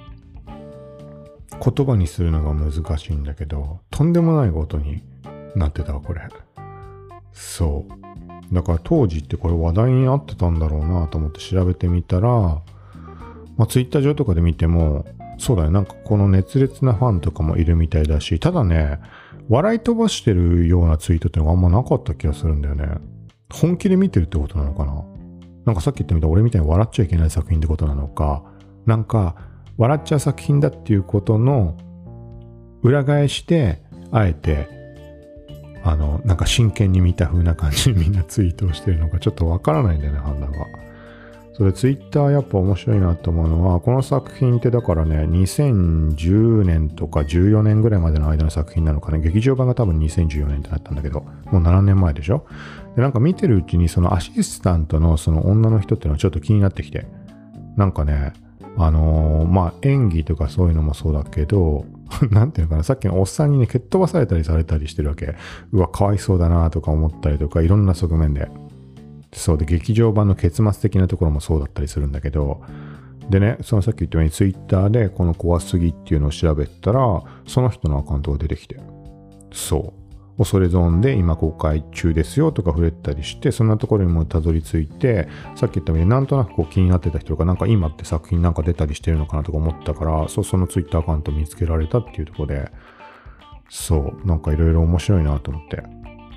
言葉にするのが難しいんだけど、とんでもないことになってたわ、これ。そう。だから当時ってこれ話題になってたんだろうなと思って調べてみたら、まあ、ツイッター上とかで見ても、そうだね、なんかこの熱烈なファンとかもいるみたいだし、ただね、笑い飛ばしてるようなツイートってのがあんまなかった気がするんだよね。本気で見てるってことなのかな。なんかさっき言ってみた俺みたいに笑っちゃいけない作品ってことなのか、なんか笑っちゃう作品だっていうことの裏返して、あえて、あの、なんか真剣に見た風な感じにみんなツイートをしてるのかちょっとわからないんだよね、判断が。それツイッターやっぱ面白いなと思うのは、この作品ってだからね、にせんじゅうねんとかじゅうよねんぐらいまでの間の作品なのかね、劇場版が多分にせんじゅうよねんってなったんだけど、もうななねんまえでしょ。で、なんか見てるうちにそのアシスタントのその女の人っていうのはちょっと気になってきて、なんかね、あのー、まあ演技とかそういうのもそうだけど、なんていうのかな、さっきのおっさんにね、蹴っ飛ばされたりされたりしてるわけ。うわ、かわいそうだなとか思ったりとか、いろんな側面で。そうで、劇場版の結末的なところもそうだったりするんだけど、でね、そのさっき言ったようにツイッターでこの怖すぎっていうのを調べたら、その人のアカウントが出てきて。そう。 恐れゾーンで今公開中ですよとか触れたりして、そんなところにもたどり着いて、さっき言ったようになんとなくこう気になってた人がなんか今って作品なんか出たりしてるのかなとか思ったから、そう、そのツイッターアカウント見つけられたっていうところで、そう、なんかいろいろ面白いなと思って。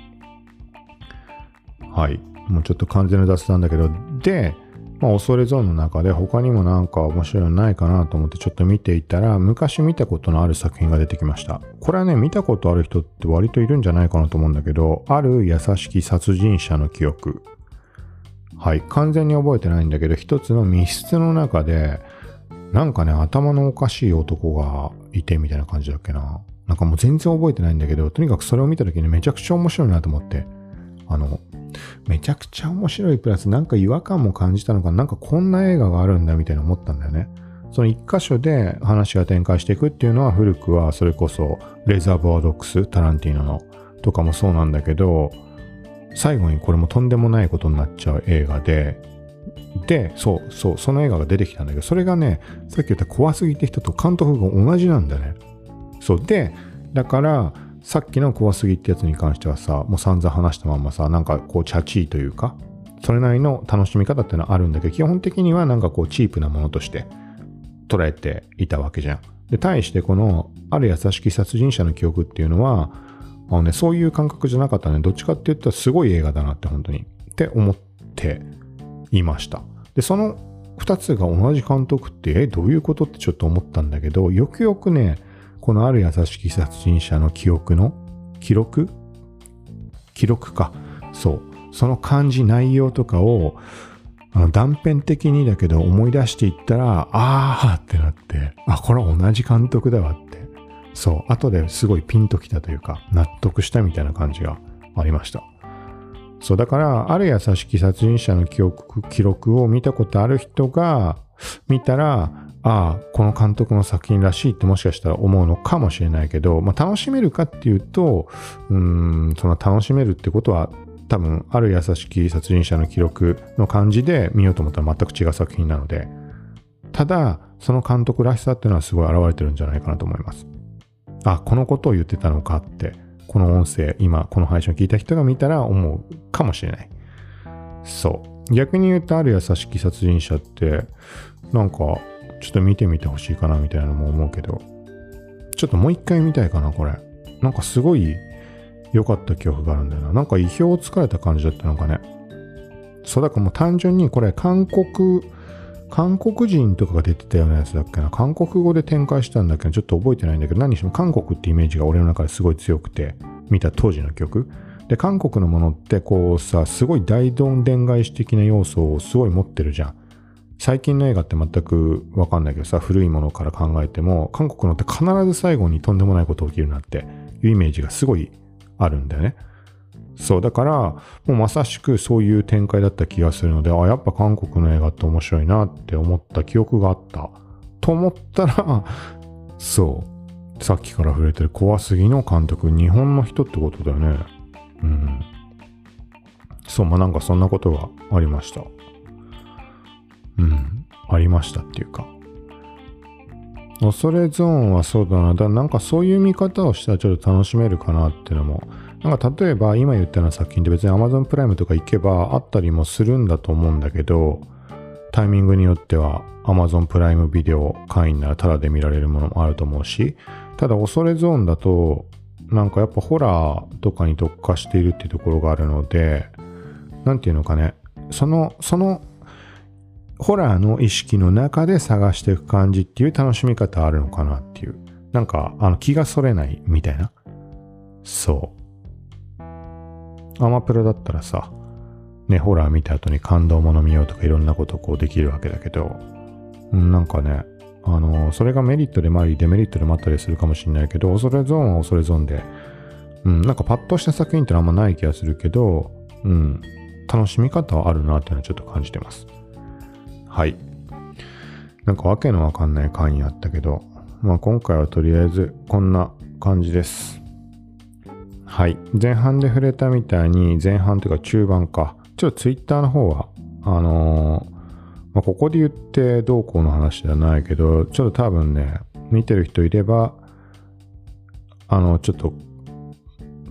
はい。もうちょっと完全な雑談だけど、で、まあ、恐れゾーンの中で他にもなんか面白いのないかなと思ってちょっと見ていたら、昔見たことのある作品が出てきました。これはね、見たことある人って割といるんじゃないかなと思うんだけど、ある優しき殺人者の記憶。はい。完全に覚えてないんだけど、一つの密室の中で、なんかね、頭のおかしい男がいてみたいな感じだっけな。なんかもう全然覚えてないんだけど、とにかくそれを見た時にめちゃくちゃ面白いなと思って。あの、めちゃくちゃ面白いプラスなんか違和感も感じたのか、なんかこんな映画があるんだみたいな思ったんだよね。その一箇所で話が展開していくっていうのは、古くはそれこそレザーバードックス、タランティーノのとかもそうなんだけど、最後にこれもとんでもないことになっちゃう映画で、で、そうそう、その映画が出てきたんだけど、それがね、さっき言った怖すぎって人と監督が同じなんだね。そうで、だからさっきの怖すぎってやつに関してはさ、もう散々話したまんまさ、なんかこうチャチーというか、それなりの楽しみ方っていうのはあるんだけど、基本的にはなんかこうチープなものとして捉えていたわけじゃん。で、対してこのある優しき殺人者の記憶っていうのは、あのね、そういう感覚じゃなかったね。どっちかって言ったらすごい映画だなって本当にって思っていました。で、その二つが同じ監督って、え、どういうことってちょっと思ったんだけど、よくよくね、このある優しき殺人者の記憶の記録記録か。そう。その感じ、内容とかを、あの断片的にだけど思い出していったら、あーってなって、あ、これは同じ監督だわって。そう。後ですごいピンときたというか、納得したみたいな感じがありました。そう。だから、ある優しき殺人者の記憶、記録を見たことある人が見たら、ああ、この監督の作品らしいってもしかしたら思うのかもしれないけど、まあ、楽しめるかっていうと、うーん、その楽しめるってことは、多分、ある優しき殺人者の記録の感じで見ようと思ったら全く違う作品なので、ただ、その監督らしさっていうのはすごい現れてるんじゃないかなと思います。あ、このことを言ってたのかって、この音声、今、この配信を聞いた人が見たら思うかもしれない。そう。逆に言うと、ある優しき殺人者って、なんか、ちょっと見てみてほしいかなみたいなのも思うけど、ちょっともう一回見たいかな、これ。なんかすごい良かった記憶があるんだよな。なんか意表をつかれた感じだったのかね。そうだからもう単純にこれ韓国、韓国人とかが出てたようなやつだっけな。韓国語で展開したんだけど、ちょっと覚えてないんだけど、何しろ韓国ってイメージが俺の中ですごい強くて、見た当時の曲。で、韓国のものってこうさ、すごい大どんでん返し的な要素をすごい持ってるじゃん。最近の映画って全くわかんないけどさ、古いものから考えても、韓国のって必ず最後にとんでもないこと起きるなっていうイメージがすごいあるんだよね。そう、だから、もうまさしくそういう展開だった気がするので、あ、やっぱ韓国の映画って面白いなって思った記憶があった。と思ったら、そう、さっきから触れてる怖すぎの監督、日本の人ってことだよね。うん。そう、まあなんかそんなことがありました。うん、ありましたっていうか。恐れゾーンはそうだな。だからなんかそういう見方をしたらちょっと楽しめるかなっていうのも。なんか例えば今言ったような作品って別に Amazon プライムとか行けばあったりもするんだと思うんだけど、タイミングによっては Amazon プライムビデオ会員ならタダで見られるものもあると思うし、ただ恐れゾーンだとなんかやっぱホラーとかに特化しているっていうところがあるので、なんていうのかね、その、そのホラーの意識の中で探していく感じっていう楽しみ方あるのかなっていう。なんか、あの気がそれないみたいな。そう。アマプロだったらさ、ね、ホラー見た後に感動もの見ようとかいろんなことこうできるわけだけど、うん、なんかね、あの、それがメリットでもあり、デメリットでもあったりするかもしれないけど、恐れゾーンは恐れゾーンで、うん、なんかパッとした作品ってのはあんまない気がするけど、うん、楽しみ方はあるなっていうのはちょっと感じてます。はい。なんかわけのわかんない回にあったけど、まあ今回はとりあえずこんな感じです。はい。前半で触れたみたいに、前半というか中盤か、ちょっとツイッターの方は、あのー、まあここで言ってどうこうの話ではないけど、ちょっと多分ね、見てる人いれば、あの、ちょっと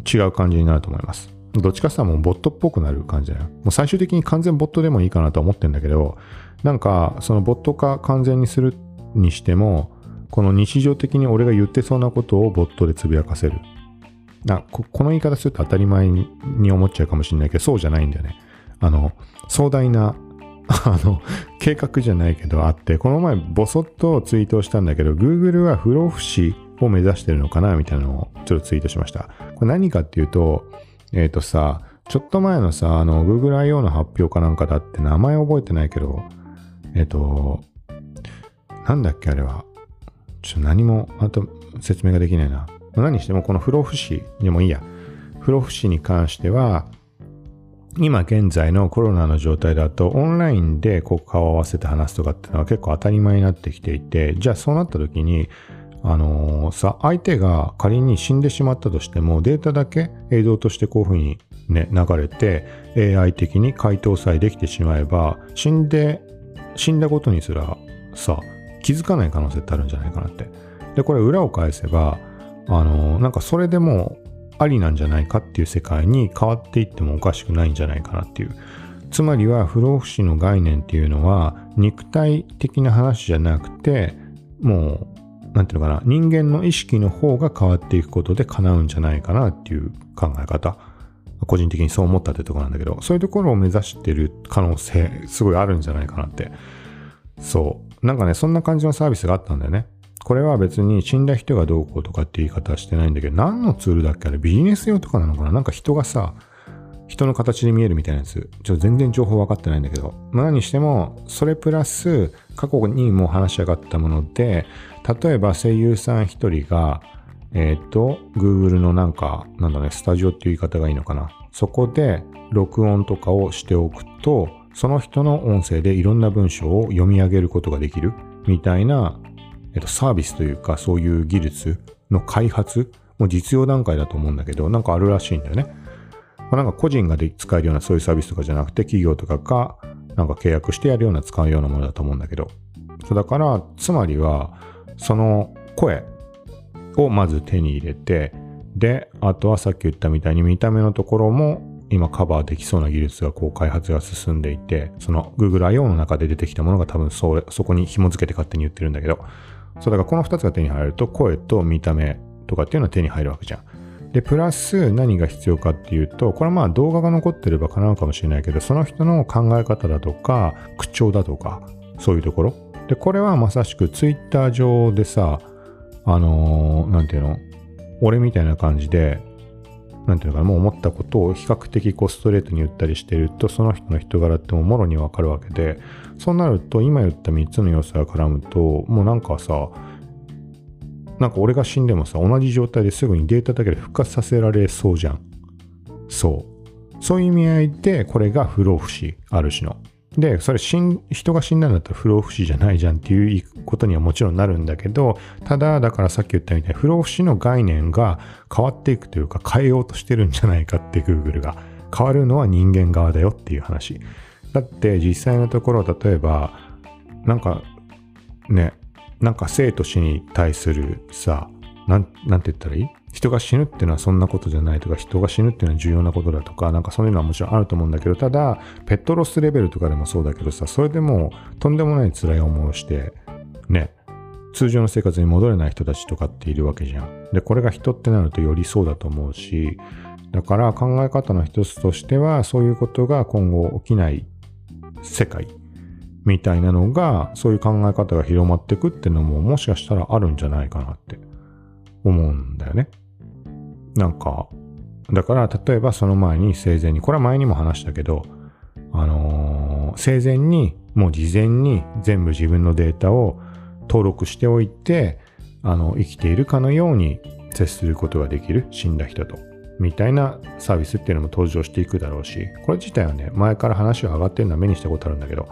違う感じになると思います。どっちかさもうボットっぽくなる感じだよ。もう最終的に完全ボットでもいいかなと思ってるんだけど、なんかそのボット化完全にするにしても、この日常的に俺が言ってそうなことをボットでつぶやかせる。な こ, この言い方すると当たり前に思っちゃうかもしれないけど、そうじゃないんだよね。あの壮大なあの計画じゃないけどあって、この前ボソッとツイートをしたんだけど、 Google は不老不死を目指してるのかなみたいなのをちょっとツイートしました。これ何かっていうと、えっとさちょっと前のさあの Google アイオー の発表かなんかだって、名前覚えてないけど、えっとなんだっけあれは、ちょっと何もあと説明ができないな。何にしてもこの不老不死でもいいや。不老不死に関しては、今現在のコロナの状態だとオンラインでこう顔を合わせて話すとかっていうのは結構当たり前になってきていて、じゃあそうなった時にあのー、さ相手が仮に死んでしまったとしても、データだけ映像としてこういう風にね流れて エーアイ 的に回答さえできてしまえば、死んで死んだことにすらさ気づかない可能性ってあるんじゃないかなって。でこれ裏を返せば、あのなんかそれでもありなんじゃないかっていう世界に変わっていってもおかしくないんじゃないかなっていう。つまりは不老不死の概念っていうのは肉体的な話じゃなくて、もうなんていうのかな、人間の意識の方が変わっていくことで叶うんじゃないかなっていう考え方。個人的にそう思ったってところなんだけど、そういうところを目指してる可能性すごいあるんじゃないかなって。そうなんかね、そんな感じのサービスがあったんだよね。これは別に死んだ人がどうこうとかって言い方はしてないんだけど、何のツールだっけあれ、ビジネス用とかなのかな。なんか人がさ人の形で見えるみたいなやつ、ちょっと全然情報分かってないんだけど、まあ、何にしてもそれプラス過去にも話し上がったもので、例えば声優さん一人がえっと Google のなんかなんだねスタジオっていう言い方がいいのかな、そこで録音とかをしておくと、その人の音声でいろんな文章を読み上げることができるみたいな、えっと、サービスというか、そういう技術の開発も実用段階だと思うんだけど、なんかあるらしいんだよね。まあ、なんか個人がで使えるようなそういうサービスとかじゃなくて、企業とかがなんか契約してやるような使うようなものだと思うんだけど、そうだからつまりはその声をまず手に入れて、であとはさっき言ったみたいに見た目のところも今カバーできそうな技術がこう開発が進んでいて、その Google アイオー の中で出てきたものが多分それそこに紐付けて勝手に言ってるんだけど、そうだからこのふたつが手に入ると、声と見た目とかっていうのは手に入るわけじゃん。でプラス何が必要かっていうと、これはまあ動画が残ってれば叶うかもしれないけど、その人の考え方だとか口調だとかそういうところで、これはまさしく Twitter 上でさ、あのー、なんていうの、俺みたいな感じでなんていうのかな、もう思ったことを比較的こうストレートに言ったりしてると、その人の人柄ってももろにわかるわけで、そうなると今言ったみっつの要素が絡むと、もうなんかさ、なんか俺が死んでもさ、同じ状態ですぐにデータだけで復活させられそうじゃん。そうそういう意味合いで、これが不老不死、ある種の。でそれ死ん人が死んだんだったら不老不死じゃないじゃんっていうことにはもちろんなるんだけど、ただだからさっき言ったみたいに不老不死の概念が変わっていくというか、変えようとしてるんじゃないかって、 Google が変わるのは人間側だよっていう話だって。実際のところ、例えばなんかね、なんか生と死に対するさ、なんなんて言ったらいい、人が死ぬっていうのはそんなことじゃないとか、人が死ぬっていうのは重要なことだとか、なんかそういうのはもちろんあると思うんだけど、ただペットロスレベルとかでもそうだけどさ、それでもとんでもない辛い思いをしてね、通常の生活に戻れない人たちとかっているわけじゃん。でこれが人ってなるとよりそうだと思うし、だから考え方の一つとしては、そういうことが今後起きない世界みたいなのが、そういう考え方が広まっていくっていうのももしかしたらあるんじゃないかなって思うんだよね。なんかだから例えばその前に生前に、これは前にも話したけど、あのー、生前にもう事前に全部自分のデータを登録しておいて、あの生きているかのように接することができる、死んだ人とみたいなサービスっていうのも登場していくだろうし、これ自体はね前から話が上がってるのは目にしたことあるんだけど、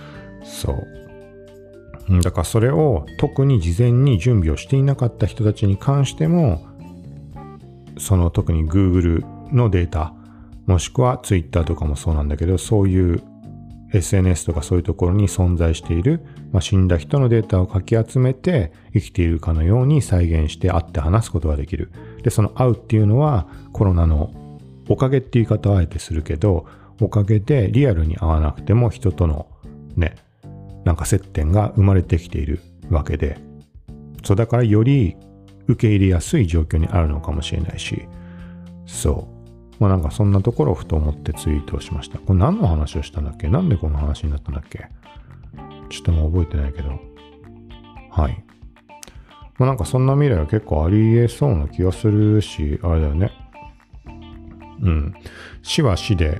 そうだからそれを特に事前に準備をしていなかった人たちに関しても、その特に Google のデータ、もしくは Twitter とかもそうなんだけど、そういう、 エスエヌエス とかそういうところに存在している、まあ、死んだ人のデータをかき集めて生きているかのように再現して会って話すことができる。で、その会うっていうのはコロナのおかげっていう言い方をあえてするけど、おかげでリアルに会わなくても人とのね、なんか接点が生まれてきているわけで、そうだからより受け入れやすい状況にあるのかもしれないし、そう。まあなんかそんなところをふと思ってツイートをしました。これ何の話をしたんだっけ？なんでこの話になったんだっけ？ちょっともう覚えてないけど。はい。まあなんかそんな未来は結構ありえそうな気がするし、あれだよね。うん。死は死で、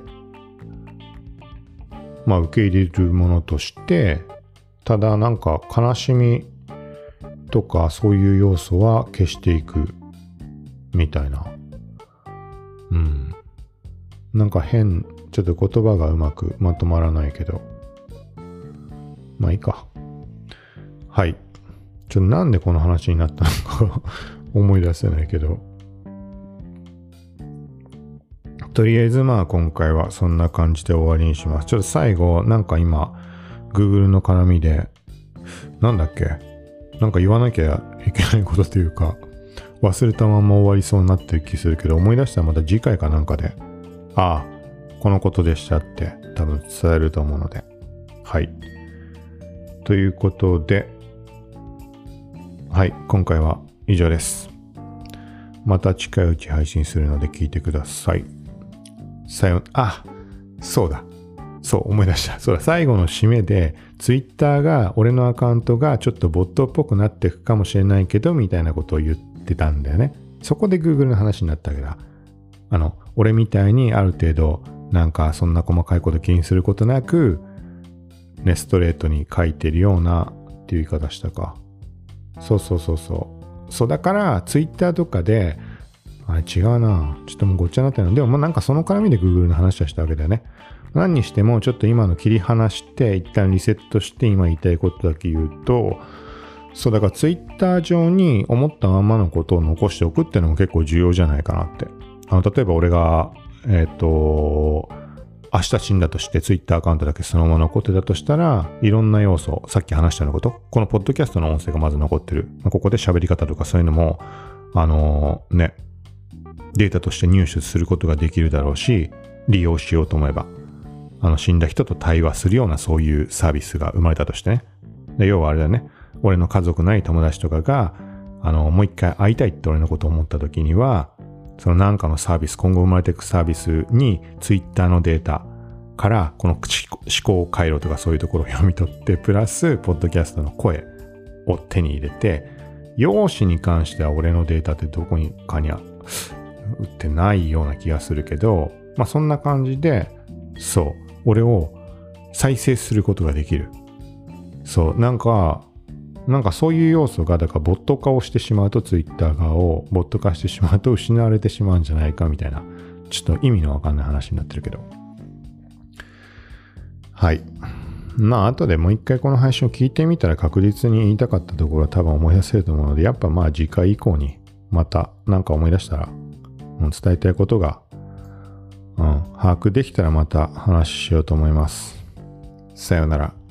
まあ受け入れるものとして、ただなんか悲しみとかそういう要素は消していくみたいな。うん。なんか変、ちょっと言葉がうまくまとまらないけど。まあいいか。はい。ちょっとなんでこの話になったのか思い出せないけど。とりあえずまあ今回はそんな感じで終わりにします。ちょっと最後、なんか今、Google の絡みで、なんだっけ？なんか言わなきゃいけないことというか、忘れたまま終わりそうになってる気するけど、思い出したらまた次回かなんかで、ああ、このことでしたって多分伝えると思うので。はい。ということで、はい、今回は以上です。また近いうち配信するので聞いてください。さよ、あ、そうだ。そう思い出した。そうだ。最後の締めで、Twitter が、俺のアカウントがちょっとボットっぽくなっていくかもしれないけど、みたいなことを言ってたんだよね。そこで Google の話になったわけだ。あの、俺みたいにある程度、なんかそんな細かいこと気にすることなく、ね、ストレートに書いてるようなっていう言い方したか。そうそうそうそう。そうだから、Twitter とかで、あれ違うな。ちょっともうごっちゃになってるの。でももうなんかその絡みで Google の話はしたわけだよね。何にしてもちょっと今の切り離して一旦リセットして今言いたいことだけ言うと、そうだからツイッター上に思ったままのことを残しておくっていうのも結構重要じゃないかなって。あの例えば俺がえっと明日死んだとしてツイッターアカウントだけそのまま残ってたとしたら、いろんな要素、さっき話したようなこと、このポッドキャストの音声がまず残ってる。ここで喋り方とかそういうのもあのねデータとして入手することができるだろうし、利用しようと思えば。あの死んだ人と対話するようなそういうサービスが生まれたとしてね。で要はあれだね。俺の家族ない友達とかが、あの、もう一回会いたいって俺のことを思った時には、そのなんかのサービス、今後生まれていくサービスにツイッターのデータからこの思考回路とかそういうところを読み取って、プラス、ポッドキャストの声を手に入れて、容姿に関しては俺のデータってどこにかには売ってないような気がするけど、まあそんな感じで、そう、俺を再生することができる。そう、なんか、なんかそういう要素が、だからボット化をしてしまうと、ツイッター側をボット化してしまうと失われてしまうんじゃないかみたいな、ちょっと意味のわかんない話になってるけど。はい。まあ、後でもう一回この配信を聞いてみたら確実に言いたかったところは多分思い出せると思うので、やっぱまあ次回以降にまたなんか思い出したら、うん、伝えたいことが、うん、把握できたらまた話しようと思います。さようなら。